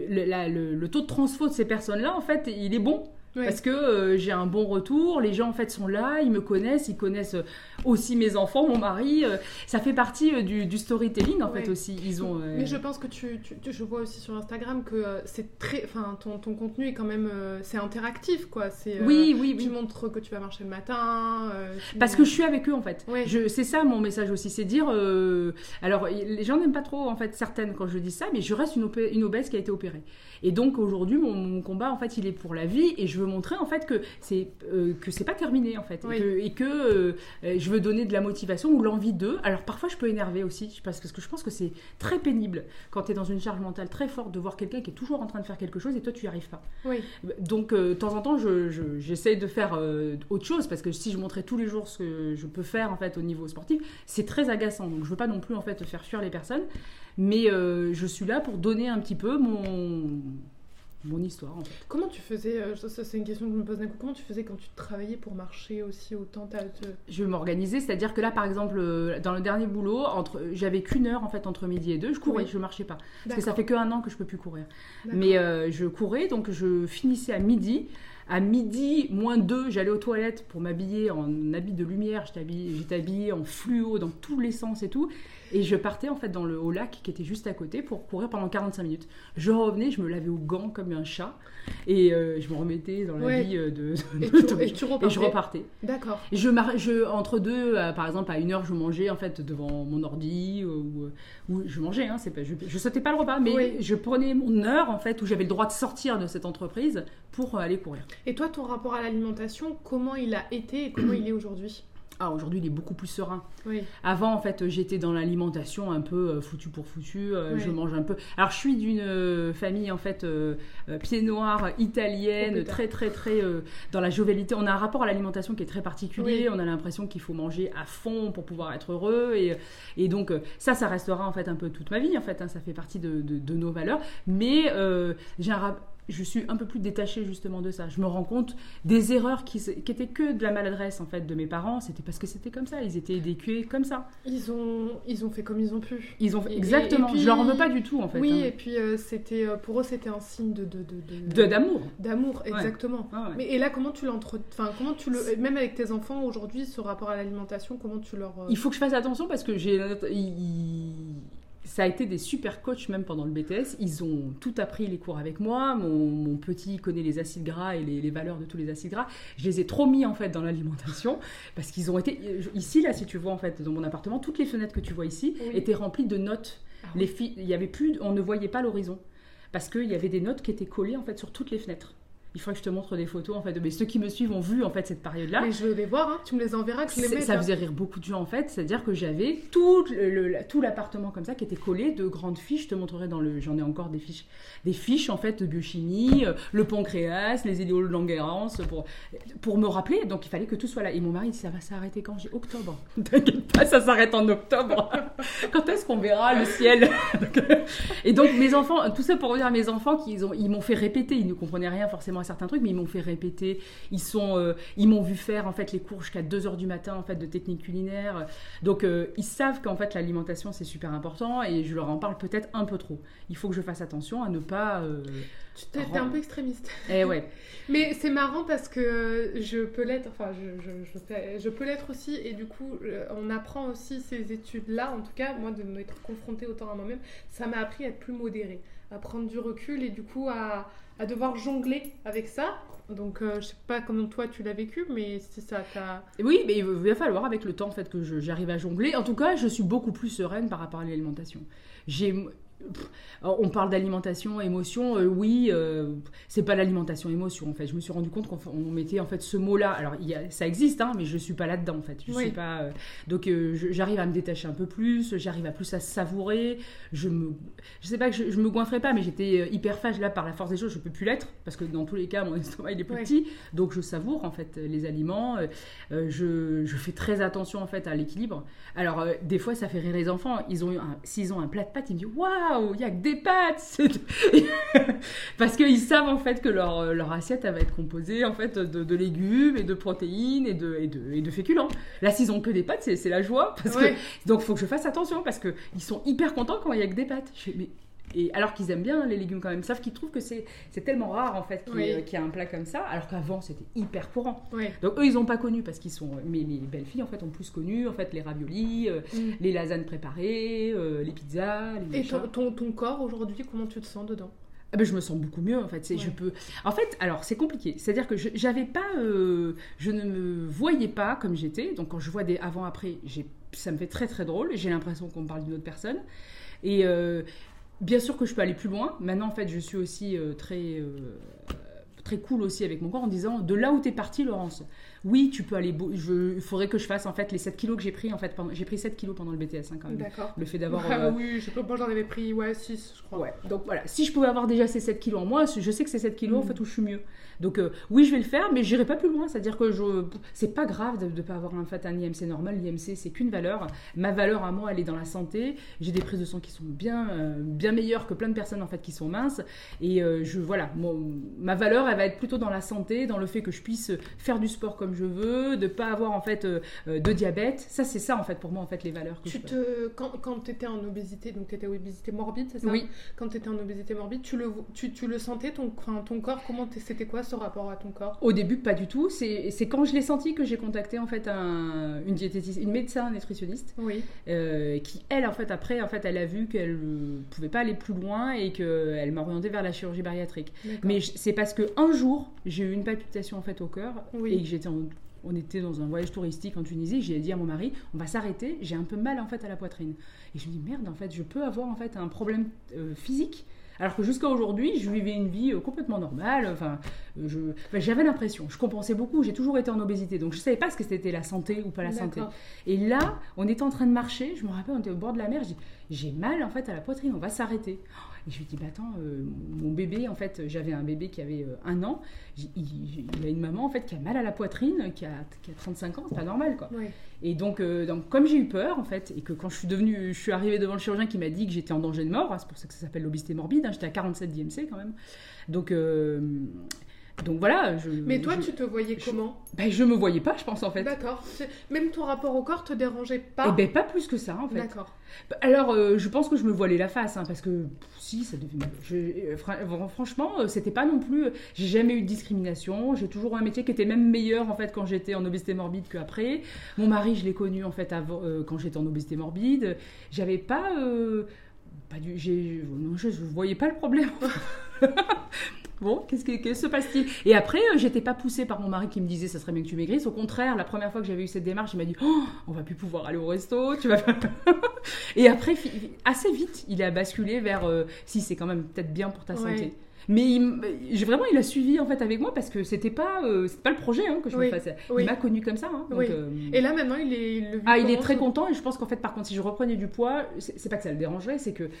le taux de transfo de ces personnes-là en fait il est bon. Oui. Parce que j'ai un bon retour, les gens en fait sont là, ils me connaissent, ils connaissent aussi mes enfants, mon mari. Ça fait partie du storytelling en fait aussi. Ils ont. Mais je pense que je vois aussi sur Instagram que c'est très, enfin ton contenu est quand même c'est interactif quoi. C'est oui. Tu montres que tu vas marcher le matin. Parce que je suis avec eux en fait. Ouais. C'est ça mon message aussi, c'est dire. Alors les gens n'aiment pas trop en fait certaines quand je dis ça, mais je reste une obèse qui a été opérée. Et donc aujourd'hui mon combat en fait il est pour la vie et je veux montrer en fait que c'est pas terminé en fait, oui. et que je veux donner de la motivation ou l'envie d'eux. Alors parfois je peux énerver aussi parce que je pense que c'est très pénible quand tu es dans une charge mentale très forte de voir quelqu'un qui est toujours en train de faire quelque chose et toi tu n'y arrives pas. Oui. Donc de temps en temps j'essaie de faire autre chose parce que si je montrais tous les jours ce que je peux faire en fait au niveau sportif, c'est très agaçant. Donc je veux pas non plus en fait faire fuir les personnes, mais je suis là pour donner un petit peu mon histoire en fait. Comment tu faisais, c'est une question que je me pose d'un coup, comment tu faisais quand tu travaillais pour marcher aussi autant Je m'organisais, c'est-à-dire que là par exemple dans le dernier boulot, j'avais qu'une heure en fait entre midi et 2, je courais, oui. Je marchais pas. Parce que ça fait que1 an que je peux plus courir. Mais je courais, donc je finissais à midi. À midi, moins 2, j'allais aux toilettes pour m'habiller en habit de lumière. J'étais habillée en fluo dans tous les sens et tout. Et je partais en fait au lac qui était juste à côté pour courir pendant 45 minutes. Je revenais, je me lavais aux gants comme un chat. Et je me remettais dans l'habit et tu repartais. Et je repartais. D'accord. Et entre deux, par exemple, à 1h, je mangeais en fait devant mon ordi. Ou je mangeais, hein, je sautais pas le repas. Mais je prenais mon heure en fait où j'avais le droit de sortir de cette entreprise pour aller courir. Et toi, ton rapport à l'alimentation, comment il a été et comment il est aujourd'hui ? Ah, aujourd'hui, il est beaucoup plus serein. Oui. Avant, en fait, j'étais dans l'alimentation un peu foutu pour foutu. Je mange un peu. Alors, je suis d'une famille, en fait, pied noir, italienne, très, très, très dans la jovialité. On a un rapport à l'alimentation qui est très particulier. Oui. On a l'impression qu'il faut manger à fond pour pouvoir être heureux. Et donc, ça restera, en fait, un peu toute ma vie, en fait. Hein, ça fait partie de nos valeurs. Mais je suis un peu plus détachée justement de ça. Je me rends compte des erreurs qui étaient que de la maladresse en fait de mes parents. C'était parce que c'était comme ça. Ils étaient éduqués comme ça. Ils ont fait comme ils ont pu. Ils ont fait exactement. Et puis, je leur en veux pas du tout en fait. Oui, hein. Et puis c'était pour eux c'était un signe d'amour. D'amour, exactement. Ouais. Ouais. Mais et là comment tu même avec tes enfants aujourd'hui ce rapport à l'alimentation comment tu leur Il faut que je fasse attention parce que ça a été des super coachs même pendant le BTS. Ils ont tout appris les cours avec moi. Mon petit connaît les acides gras et les valeurs de tous les acides gras. Je les ai trop mis en fait dans l'alimentation parce qu'ils ont été ici là, si tu vois en fait dans mon appartement, toutes les fenêtres que tu vois ici étaient remplies de notes. Les filles, il y avait plus, on ne voyait pas l'horizon parce qu'il y avait des notes qui étaient collées en fait sur toutes les fenêtres. Il faudrait que je te montre des photos en fait. Mais ceux qui me suivent ont vu en fait cette période-là. Mais je veux les voir, hein. Tu me les enverras, que je les mette. Ça faisait rire beaucoup de gens en fait. C'est-à-dire que j'avais tout l'appartement comme ça qui était collé de grandes fiches. Je te montrerai j'en ai encore des fiches en fait de biochimie, le pancréas, les idéaux de Langerhans pour me rappeler. Donc il fallait que tout soit là. Et mon mari dit ça va s'arrêter quand? J'ai octobre. T'inquiète pas, ça s'arrête en octobre. Quand est-ce qu'on verra le ciel? Et donc mes enfants, tout ça pour dire à mes enfants ils m'ont fait répéter. Ils ne comprenaient rien forcément à certains trucs, mais ils m'ont fait répéter. Ils m'ont vu faire en fait les cours jusqu'à 2h du matin en fait de technique culinaire. Donc ils savent qu'en fait l'alimentation c'est super important et je leur en parle peut-être un peu trop. Il faut que je fasse attention à ne pas. Tu t'es un peu extrémiste. Eh ouais. Mais c'est marrant parce que je peux l'être. Enfin, je peux l'être aussi. Et du coup, on apprend aussi ces études-là. En tout cas, moi, de m'être confrontée autant à moi-même, ça m'a appris à être plus modérée, à prendre du recul et du coup à devoir jongler avec ça. Donc, je sais pas comment toi tu l'as vécu, mais si ça t'a... Oui, mais il va falloir avec le temps en fait que j'arrive à jongler. En tout cas, je suis beaucoup plus sereine par rapport à l'alimentation. On parle d'alimentation, émotion, oui, c'est pas l'alimentation, émotion en fait. Je me suis rendu compte qu'on mettait en fait ce mot-là. Alors ça existe, hein, mais je suis pas là-dedans en fait. Je suis pas. Donc j'arrive à me détacher un peu plus, j'arrive à plus à savourer. Je sais pas que je me goinfrais pas, mais j'étais hyperphage là par la force des choses. Je peux plus l'être parce que dans tous les cas mon estomac il est plus petit, donc je savoure en fait les aliments. Je fais très attention en fait à l'équilibre. Alors des fois ça fait rire les enfants. S'ils ont un plat de pâtes, ils me disent waouh, il y a que des pâtes. Parce qu'ils savent en fait que leur assiette elle va être composée en fait de légumes et de protéines et de féculents. Là s'ils ont que des pâtes, c'est la joie parce que donc faut que je fasse attention parce que ils sont hyper contents quand il y a que des pâtes. Et alors qu'ils aiment bien les légumes quand même, sauf qu'ils trouvent que c'est tellement rare en fait qu'il y a un plat comme ça, alors qu'avant c'était hyper courant. Donc eux ils n'ont pas connu parce qu'ils sont mes belles filles en fait ont plus connu en fait les raviolis, les lasagnes préparées, les pizzas. Les et ton corps aujourd'hui, comment tu te sens dedans? Ah ben, je me sens beaucoup mieux en fait. En fait, alors c'est compliqué. C'est-à-dire que je ne me voyais pas comme j'étais. Donc quand je vois des avant-après, ça me fait très très drôle. J'ai l'impression qu'on me parle d'une autre personne. Et bien sûr que je peux aller plus loin. Maintenant, en fait, je suis aussi très cool aussi avec mon corps en disant de là où t'es partie, Laurence. Oui, tu peux aller. Il faudrait que je fasse en fait les 7 kilos que j'ai pris en fait. J'ai pris 7 kilos pendant le BTS quand même. D'accord. Le fait d'avoir. Oui, moi j'en avais pris 6, je crois. Ouais. Donc voilà, si je pouvais avoir déjà ces 7 kilos en moi, je sais que c'est 7 kilos en fait où je suis mieux. Donc oui, je vais le faire, mais j'irai pas plus loin. C'est-à-dire que c'est pas grave de pas avoir en fait un IMC normal. L'IMC c'est qu'une valeur. Ma valeur à moi, elle est dans la santé. J'ai des prises de sang qui sont bien meilleures que plein de personnes en fait qui sont minces. Et ma valeur, elle va être plutôt dans la santé, dans le fait que je puisse faire du sport comme je veux, de pas avoir en fait de diabète. Ça c'est ça en fait pour moi en fait les valeurs que quand tu étais en obésité, donc tu étais obésité morbide, c'est ça? Oui. Quand tu étais en obésité morbide, tu le sentais ton corps, c'était quoi ce rapport à ton corps? Au début pas du tout, c'est quand je l'ai senti que j'ai contacté en fait une diététicienne, une médecin nutritionniste qui elle en fait après en fait elle a vu qu'elle pouvait pas aller plus loin et qu'elle m'a orientée vers la chirurgie bariatrique. D'accord. Mais c'est parce que un jour j'ai eu une palpitation en fait au cœur et que on était dans un voyage touristique en Tunisie. J'ai dit à mon mari, on va s'arrêter, j'ai un peu mal en fait à la poitrine. Et je me dis merde, en fait, je peux avoir en fait un problème physique. Alors que jusqu'à aujourd'hui, je vivais une vie complètement normale. Enfin, j'avais l'impression, je compensais beaucoup. J'ai toujours été en obésité, donc je savais pas ce que c'était la santé ou pas la santé. Et là, on était en train de marcher. Je me rappelle, on était au bord de la mer. Je dis, j'ai mal en fait à la poitrine. On va s'arrêter. Et je lui dis, attends, mon bébé, en fait, j'avais un bébé qui avait 1 an. Il a une maman en fait qui a mal à la poitrine, qui a 35 ans. C'est pas normal, quoi. Oui. Et donc, comme j'ai eu peur, en fait, et que quand je suis arrivée devant le chirurgien qui m'a dit que j'étais en danger de mort, c'est pour ça que ça s'appelle l'obésité morbide, j'étais à 47 d'IMC quand même. Donc voilà. Mais toi, tu te voyais comment? Je me voyais pas, je pense, en fait. D'accord. Même ton rapport au corps te dérangeait pas? Eh ben, pas plus que ça, en fait. D'accord. Alors, je pense que je me voilais la face, hein, parce que si, ça devait. Franchement, c'était pas non plus. J'ai jamais eu de discrimination. J'ai toujours eu un métier qui était même meilleur, en fait, quand j'étais en obésité morbide qu'après. Mon mari, je l'ai connu, en fait, avant, quand j'étais en obésité morbide. J'avais pas. Non, je voyais pas le problème. Bon, qu'est-ce que se passe-t-il? Et après, j'étais pas poussée par mon mari qui me disait ça serait bien que tu maigrisses. Au contraire, la première fois que j'avais eu cette démarche, il m'a dit on va plus pouvoir aller au resto, tu vas. Et après, assez vite, il a basculé vers si c'est quand même peut-être bien pour ta santé. Mais il a suivi en fait avec moi parce que c'était pas le projet que je me fasse. Il m'a connue comme ça. Donc, et là maintenant il est très content et je pense qu'en fait par contre si je reprenais du poids, c'est pas que ça le dérangerait, c'est que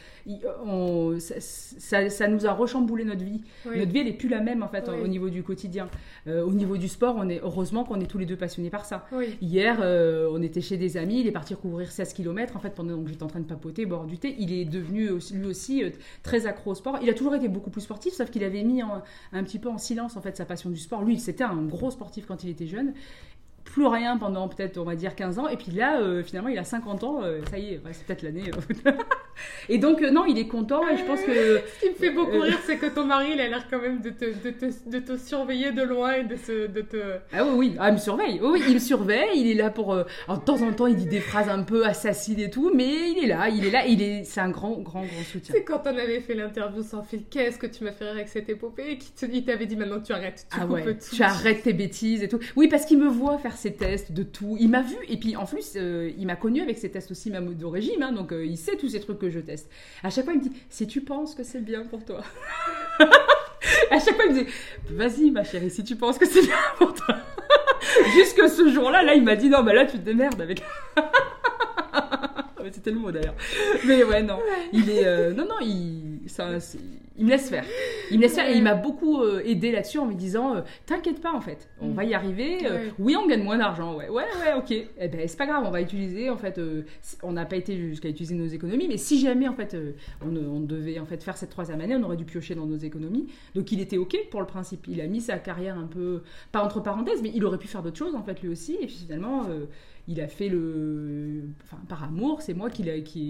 ça nous a rechamboulé notre vie. Notre vie elle est plus la même en fait au niveau du quotidien. Au niveau du sport, heureusement qu'on est tous les deux passionnés par ça. Hier on était chez des amis, il est parti courir 16 km en fait pendant que j'étais en train de papoter, boire du thé. Il est devenu lui aussi très accro au sport. Il a toujours été beaucoup plus sportif. Sauf qu'il avait mis un petit peu en silence en fait sa passion du sport. Lui, c'était un gros sportif quand il était jeune. Plus rien pendant peut-être, on va dire, 15 ans. Et puis là, finalement, il a 50 ans. Ça y est, c'est peut-être l'année. Et donc, non, il est content. Et je pense que... Ce qui me fait beaucoup rire, c'est que ton mari, il a l'air quand même de te surveiller de loin et de te... Ah oui. Ah, il me surveille. Oui, il me surveille. Il est là pour... de temps en temps, il dit des phrases un peu assassines et tout. Mais il est là. C'est un grand soutien. C'est quand on avait fait l'interview sans fil, qu'est-ce que tu m'as fait rire avec cette épopée. Il t'avait dit, maintenant, tu arrêtes. Tu coupes tout. Tu arrêtes tes bêtises et tout. Oui, parce qu'il me voit faire ses tests de tout. Il m'a vu et puis en plus il m'a connu avec ses tests aussi même de régime donc il sait tous ces trucs que je teste. À chaque fois il me dit si tu penses que c'est bien pour toi. À chaque fois il me dit vas-y ma chérie si tu penses que c'est bien pour toi. Jusque ce jour-là il m'a dit non mais là tu te démerdes avec. C'était le mot d'ailleurs. Mais ouais, non. Il est. Il me laisse faire. Et il m'a beaucoup aidé là-dessus en me disant t'inquiète pas en fait, on va y arriver. Oui, on gagne moins d'argent. Ouais, ok. Eh ben, c'est pas grave, on va utiliser en fait. On n'a pas été jusqu'à utiliser nos économies, mais si jamais en fait on devait en fait faire cette 3e année, on aurait dû piocher dans nos économies. Donc il était ok pour le principe. Il a mis sa carrière un peu pas entre parenthèses, mais il aurait pu faire d'autres choses en fait lui aussi. Et puis finalement. Il a fait par amour, c'est moi qui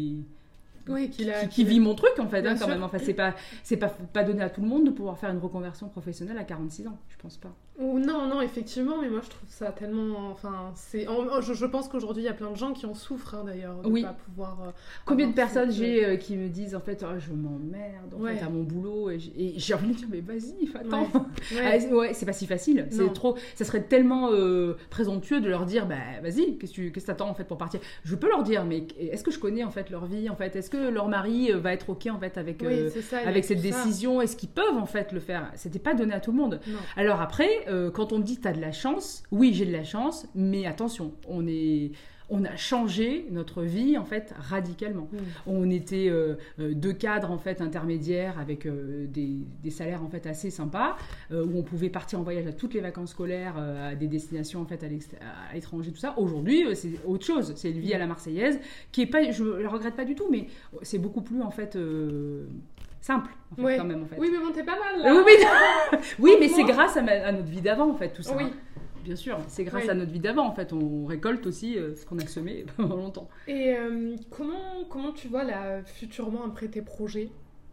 vit mon truc en fait quand même. Enfin, c'est pas donné à tout le monde de pouvoir faire une reconversion professionnelle à 46 ans, je pense pas. Non, effectivement, mais moi je trouve ça tellement. Enfin, je pense qu'aujourd'hui il y a plein de gens qui en souffrent d'ailleurs de pas pouvoir. Combien de personnes j'ai qui me disent en fait je m'emmerde en fait à mon boulot et j'ai envie de dire mais vas-y, attends. C'est pas si facile. C'est trop. Ça serait tellement présomptueux de leur dire bah vas-y, qu'est-ce que t'attends en fait pour partir. Je peux leur dire mais est-ce que je connais en fait leur vie en fait, est-ce que leur mari va être ok en fait avec cette décision, est-ce qu'ils peuvent en fait le faire. C'était pas donné à tout le monde. Non. Alors après quand on me dit t'as de la chance, oui j'ai de la chance, mais attention, on a changé notre vie en fait radicalement. On était 2 cadres en fait intermédiaires avec des salaires en fait assez sympas où on pouvait partir en voyage à toutes les vacances scolaires à des destinations en fait à l'étranger, tout ça. Aujourd'hui c'est autre chose, c'est une vie à la Marseillaise qui est pas, je le regrette pas du tout, mais c'est beaucoup plus en fait simple en fait, quand même en fait. Oui mais bon t'es pas mal là. Oui mais c'est grâce à notre vie d'avant en fait tout ça. Oui. Bien sûr, c'est grâce à notre vie d'avant, en fait. On récolte aussi ce qu'on a semé pendant longtemps. Et comment tu vois là, futurement après tes projets ?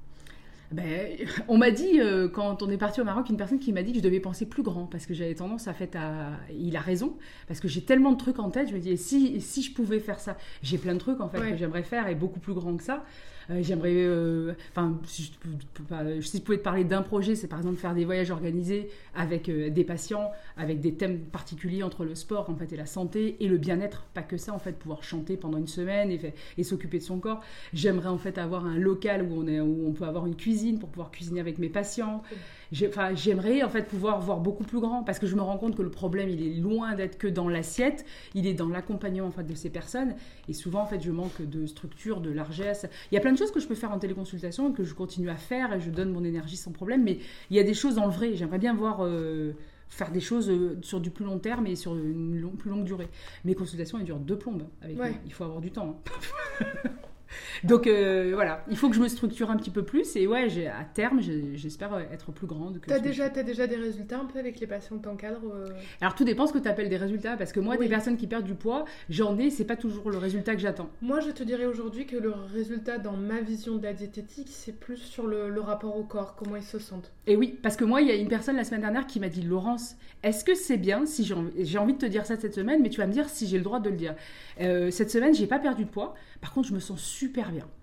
On m'a dit, quand on est parti au Maroc, une personne qui m'a dit que je devais penser plus grand, parce que j'avais tendance à Il a raison, parce que j'ai tellement de trucs en tête, je me dis, et si je pouvais faire ça ? J'ai plein de trucs, en fait, que j'aimerais faire, et beaucoup plus grand que ça. J'aimerais, si je pouvais te parler d'un projet, c'est par exemple faire des voyages organisés avec des patients, avec des thèmes particuliers entre le sport en fait et la santé et le bien-être, pas que ça en fait, pouvoir chanter pendant une semaine et s'occuper de son corps. J'aimerais en fait avoir un local où on peut avoir une cuisine pour pouvoir cuisiner avec mes patients. J'aimerais en fait pouvoir voir beaucoup plus grand, parce que je me rends compte que le problème il est loin d'être que dans l'assiette, il est dans l'accompagnement en fait de ces personnes, et souvent en fait je manque de structure, de largesse. Il y a plein de choses que je peux faire en téléconsultation et que je continue à faire et je donne mon énergie sans problème, mais il y a des choses dans le vrai. J'aimerais bien voir faire des choses sur du plus long terme et sur une plus longue durée. Mes consultations elles durent 2 plombes avec moi. Il faut avoir du temps. Donc voilà, il faut que je me structure un petit peu plus et à terme j'espère être plus grande. T'as déjà des résultats un peu avec les patients que t'encadres Alors tout dépend ce que t'appelles des résultats, parce que moi des personnes qui perdent du poids, j'en ai, c'est pas toujours le résultat que j'attends. Moi je te dirais aujourd'hui que le résultat dans ma vision de la diététique c'est plus sur le rapport au corps, comment ils se sentent. Et oui, parce que moi il y a une personne la semaine dernière qui m'a dit Laurence, est-ce que c'est bien si j'ai envie de te dire ça cette semaine, mais tu vas me dire si j'ai le droit de le dire. Cette semaine j'ai pas perdu de poids, par contre je me sens super bien.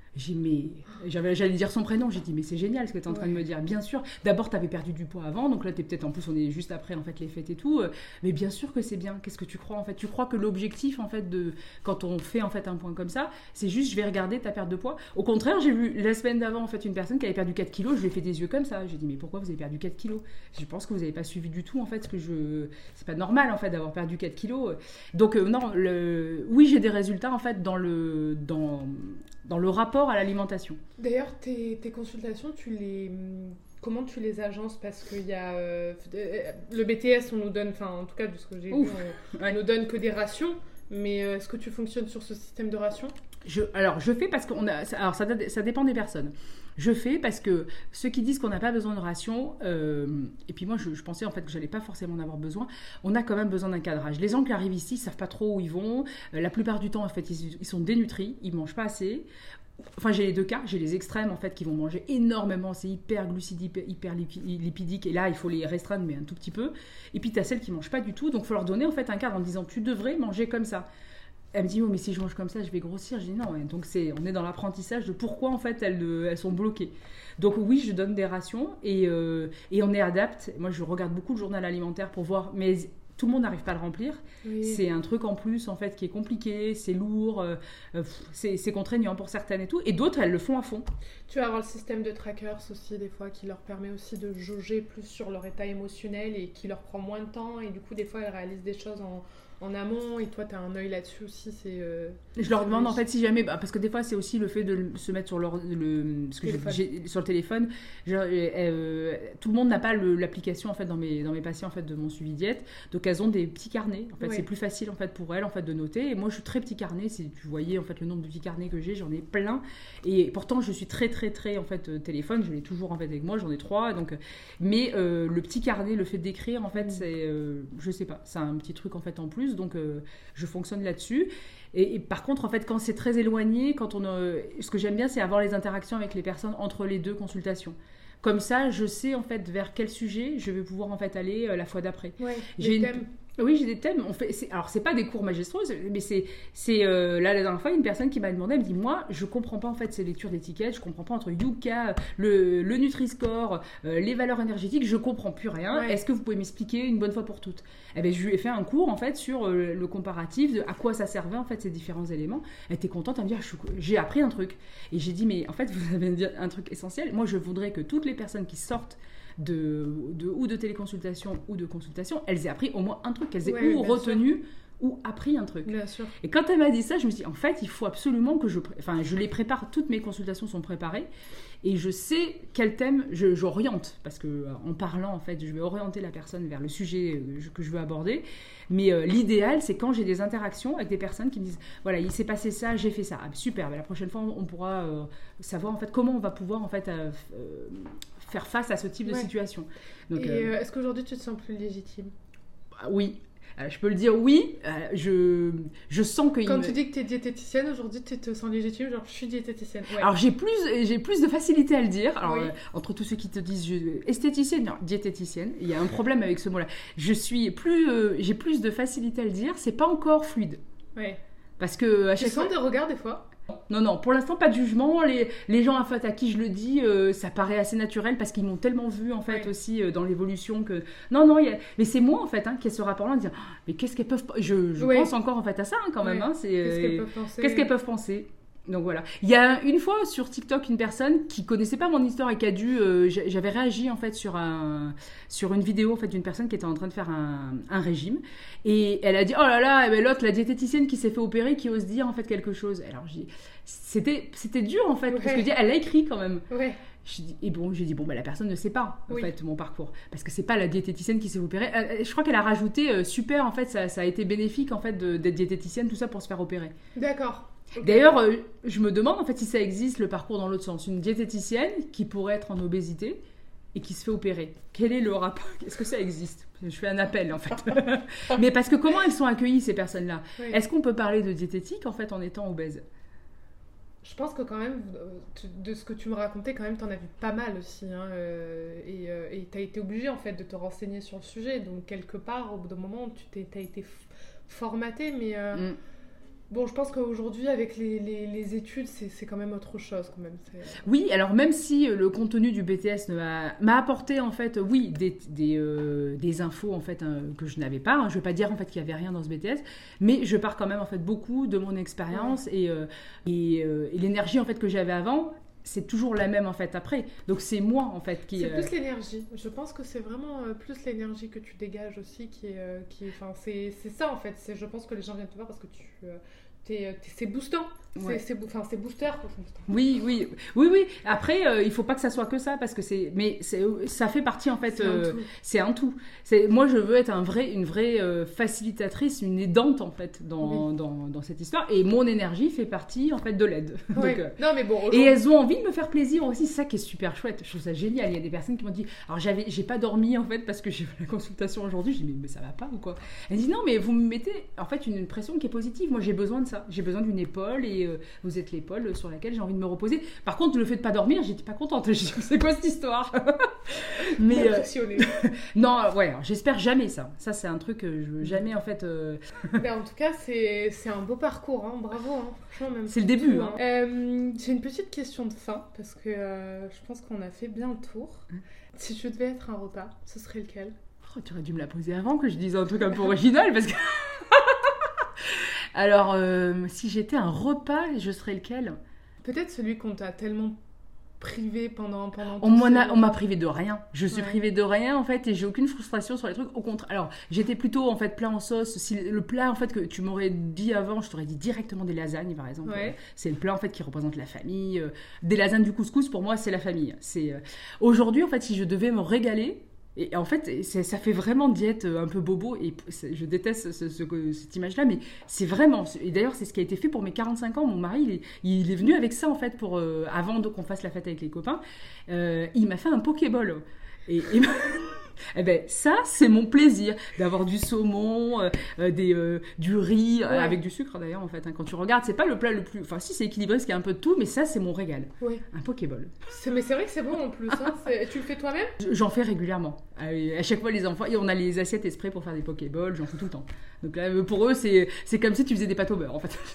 J'allais dire son prénom, j'ai dit mais c'est génial ce que tu es en train de me dire, bien sûr, d'abord tu avais perdu du poids avant, donc là t'es peut-être, en plus on est juste après en fait les fêtes et tout, mais bien sûr que c'est bien, qu'est-ce que tu crois en fait? Tu crois que l'objectif en fait quand on fait en fait un point comme ça, c'est juste je vais regarder ta perte de poids? Au contraire, j'ai vu la semaine d'avant en fait une personne qui avait perdu 4 kilos, je lui ai fait des yeux comme ça, j'ai dit mais pourquoi vous avez perdu 4 kilos? Je pense que vous n'avez pas suivi du tout en fait, c'est pas normal en fait d'avoir perdu 4 kilos, donc non, oui j'ai des résultats en fait dans le rapport à l'alimentation. D'ailleurs, tes consultations, comment tu les agences? Parce qu'il y a le BTS, on nous donne, enfin en tout cas de ce que j'ai vu, on nous donne que des rations. Mais est-ce que tu fonctionnes sur ce système de rations? Alors je fais parce que ça dépend des personnes. Je fais parce que ceux qui disent qu'on n'a pas besoin de rations, et puis moi je pensais en fait que j'allais pas forcément en avoir besoin, on a quand même besoin d'un cadrage. Les gens qui arrivent ici, ils savent pas trop où ils vont. La plupart du temps en fait ils sont dénutris, ils mangent pas assez. Enfin, j'ai les deux cas, j'ai les extrêmes en fait qui vont manger énormément, c'est hyper glucidique, hyper lipidique, et là il faut les restreindre mais un tout petit peu. Et puis tu as celles qui mangent pas du tout, donc il faut leur donner en fait un cadre en disant tu devrais manger comme ça. Elle me dit, oh, mais si je mange comme ça, je vais grossir. Je dis non. Donc on est dans l'apprentissage de pourquoi en fait elles sont bloquées. Donc oui, je donne des rations et on est adapte. Moi, je regarde beaucoup le journal alimentaire pour voir, mais tout le monde n'arrive pas à le remplir. Oui. C'est un truc en plus en fait qui est compliqué, c'est lourd, c'est contraignant pour certaines et tout. Et d'autres, elles le font à fond. Tu vas avoir le système de trackers aussi des fois qui leur permet aussi de jauger plus sur leur état émotionnel et qui leur prend moins de temps. Et du coup, des fois, elles réalisent des choses en amont, et toi tu as un œil là-dessus aussi. Je leur demande en fait si jamais, parce que des fois c'est aussi le fait de se mettre sur sur le téléphone. Tout le monde n'a pas l'application en fait dans mes patients en fait de mon suivi diète, donc elles ont des petits carnets. En fait, c'est plus facile en fait pour elles en fait de noter. Et moi je suis très petit carnet. Si tu voyais en fait le nombre de petits carnets que j'ai, j'en ai plein. Et pourtant je suis très très très en fait téléphone. Je l'ai toujours en fait avec moi. J'en ai 3. Donc, mais le petit carnet, le fait d'écrire en fait, c'est, je sais pas, c'est un petit truc en fait en plus. Donc je fonctionne là-dessus et par contre en fait quand c'est très éloigné, ce que j'aime bien c'est avoir les interactions avec les personnes entre les deux consultations, comme ça je sais en fait vers quel sujet je vais pouvoir en fait aller la fois d'après. J'ai thèmes. Oui, j'ai des thèmes. Alors, c'est pas des cours magistraux, mais c'est là, la dernière fois, une personne qui m'a demandé, elle me dit, moi, je comprends pas en fait ces lectures d'étiquettes, je comprends pas entre Yuka, le Nutri-Score, les valeurs énergétiques, je comprends plus rien. Est-ce que vous pouvez m'expliquer une bonne fois pour toutes? Eh bien, je lui ai fait un cours en fait sur le comparatif de à quoi ça servait en fait ces différents éléments. Elle était contente, elle me dit, j'ai appris un truc. Et j'ai dit, mais en fait, vous avez dit un truc essentiel. Moi, je voudrais que toutes les personnes qui sortent ou de téléconsultation ou de consultation, elles aient appris au moins un truc, qu'elles aient ou retenu ou appris un truc. Bien sûr. Et quand elle m'a dit ça, je me suis dit, en fait, il faut absolument que je les prépare, toutes mes consultations sont préparées, et je sais quel thème j'oriente, parce que en parlant, en fait, je vais orienter la personne vers le sujet que je veux aborder, mais l'idéal, c'est quand j'ai des interactions avec des personnes qui me disent, voilà, il s'est passé ça, j'ai fait ça. Ah, super, la prochaine fois, on pourra savoir, en fait, comment on va pouvoir, en fait, faire face à ce type de situation. Donc, est-ce qu'aujourd'hui tu te sens plus légitime? Oui. Je peux le dire oui, je sens que... Quand tu dis que tu es diététicienne, aujourd'hui tu te sens légitime, genre je suis diététicienne. Ouais. Alors j'ai plus de facilité à le dire. Alors, entre tous ceux qui te disent esthéticienne, non, diététicienne, il y a un problème avec ce mot-là. J'ai plus de facilité à le dire, c'est pas encore fluide. Ouais. Parce que à tu chaque sens fois... des regards des fois? Non, pour l'instant, pas de jugement. Les gens en fait, à qui je le dis, ça paraît assez naturel parce qu'ils m'ont tellement vu en fait aussi dans l'évolution que... Non, mais c'est moi en fait qui ai ce rapport-là de dire mais qu'est-ce qu'elles peuvent... Je pense encore en fait à ça quand même. Qu'est-ce qu'elles peuvent penser? Donc voilà. Il y a une fois sur TikTok une personne qui connaissait pas mon histoire et qui a dû... j'avais réagi en fait sur une vidéo en fait d'une personne qui était en train de faire un régime et elle a dit oh là là, l'autre, la diététicienne qui s'est fait opérer, qui ose dire en fait quelque chose. Alors c'était dur en fait parce que elle l'a écrit quand même. Ouais. J'ai dit la personne ne sait pas en fait mon parcours parce que c'est pas la diététicienne qui s'est opérée. Je crois qu'elle a rajouté super en fait ça a été bénéfique en fait d'être diététicienne, tout ça pour se faire opérer. D'accord. Okay. D'ailleurs, je me demande en fait si ça existe le parcours dans l'autre sens, une diététicienne qui pourrait être en obésité et qui se fait opérer. Quel est le rapport? Est-ce que ça existe? Je fais un appel en fait. Mais parce que comment elles sont accueillies ces personnes-là? Est-ce qu'on peut parler de diététique en fait en étant obèse? Je pense que quand même, de ce que tu me racontais, quand même, t'en as vu pas mal aussi. Et t'as été obligée, en fait, de te renseigner sur le sujet. Donc, quelque part, au bout d'un moment, t'as été formatée. Mais Bon, je pense qu'aujourd'hui, avec les études, c'est quand même autre chose. Quand même. Oui, alors même si le contenu du BTS m'a apporté, en fait, oui, des infos, en fait, que je n'avais pas. Je ne vais pas dire, en fait, qu'il n'y avait rien dans ce BTS, mais je pars quand même, en fait, beaucoup de mon expérience et l'énergie, en fait, que j'avais avant. C'est toujours la même en fait après. Donc c'est moi en fait qui... C'est plus l'énergie. Je pense que c'est vraiment plus l'énergie que tu dégages aussi qui est enfin, c'est ça en fait. Je pense que les gens viennent te voir parce que c'est boostant. Ouais. C'est booster. Oui. Après, il faut pas que ça soit que ça parce que ça fait partie en fait. C'est un tout. Moi, je veux être une vraie facilitatrice, une aidante en fait dans cette histoire. Et mon énergie fait partie en fait de l'aide. Oui. Donc, non mais bon. Et elles ont envie de me faire plaisir aussi. C'est ça qui est super chouette. Je trouve ça génial. Il y a des personnes qui m'ont dit, alors j'ai pas dormi en fait parce que j'ai fait la consultation aujourd'hui. Je dis mais ça va pas ou quoi? Elle dit non mais vous me mettez en fait une pression qui est positive. Moi j'ai besoin de ça. J'ai besoin d'une épaule et vous êtes l'épaule sur laquelle j'ai envie de me reposer. Par contre, le fait de pas dormir, j'étais pas contente. J'ai dit, c'est quoi cette histoire? Mais non, ouais, j'espère jamais ça. Ça, c'est un truc que je veux jamais en fait. Mais en tout cas, c'est un beau parcours, hein. Bravo. Hein. Franchement, même c'est le début. Hein. J'ai une petite question de fin parce que je pense qu'on a fait bien le tour. Si je devais être un repas, ce serait lequel? Oh, tu aurais dû me la poser avant que je dise un truc un peu original parce que. Alors, si j'étais un repas, je serais lequel? Peut-être celui qu'on t'a tellement privé pendant on m'a privé de rien. Je suis privée de rien en fait et j'ai aucune frustration sur les trucs. Au contraire, alors j'étais plutôt en fait plat en sauce. Si le plat en fait que tu m'aurais dit avant, je t'aurais dit directement des lasagnes par exemple. C'est le plat en fait qui représente la famille. Des lasagnes, du couscous pour moi c'est la famille. C'est aujourd'hui en fait si je devais me régaler. Et en fait, ça fait vraiment diète un peu bobo, et je déteste cette image-là, mais c'est vraiment... Et d'ailleurs, c'est ce qui a été fait pour mes 45 ans. Mon mari, il est venu avec ça, en fait, avant qu'on fasse la fête avec les copains. Il m'a fait un Pokéball. Et eh ben, ça, c'est mon plaisir, d'avoir du saumon, du riz, avec du sucre d'ailleurs, en fait. Hein. Quand tu regardes, c'est pas le plat le plus... Enfin, si, c'est équilibré, parce qu'il y a un peu de tout, mais ça, c'est mon régal. Oui. Un Pokéball. Mais c'est vrai que c'est bon en plus. Hein. Tu le fais toi-même? J'en fais régulièrement. À chaque fois, les enfants, et on a les assiettes exprès pour faire des Pokéballs, j'en fais tout le temps. Donc là, pour eux, c'est comme si tu faisais des pâtes au beurre, en fait.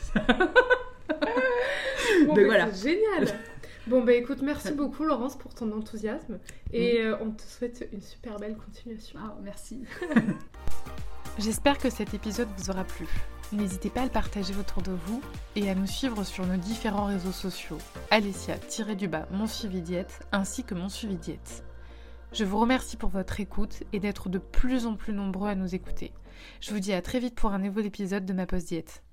Bon, donc voilà. C'est génial. Bon, bah écoute, merci beaucoup Laurence pour ton enthousiasme et on te souhaite une super belle continuation. Ah, merci. J'espère que cet épisode vous aura plu. N'hésitez pas à le partager autour de vous et à nous suivre sur nos différents réseaux sociaux, Alessia-Mon-Suivi-Diète ainsi que Mon-Suivi-Diète. Je vous remercie pour votre écoute et d'être de plus en plus nombreux à nous écouter. Je vous dis à très vite pour un nouvel épisode de ma pause diète.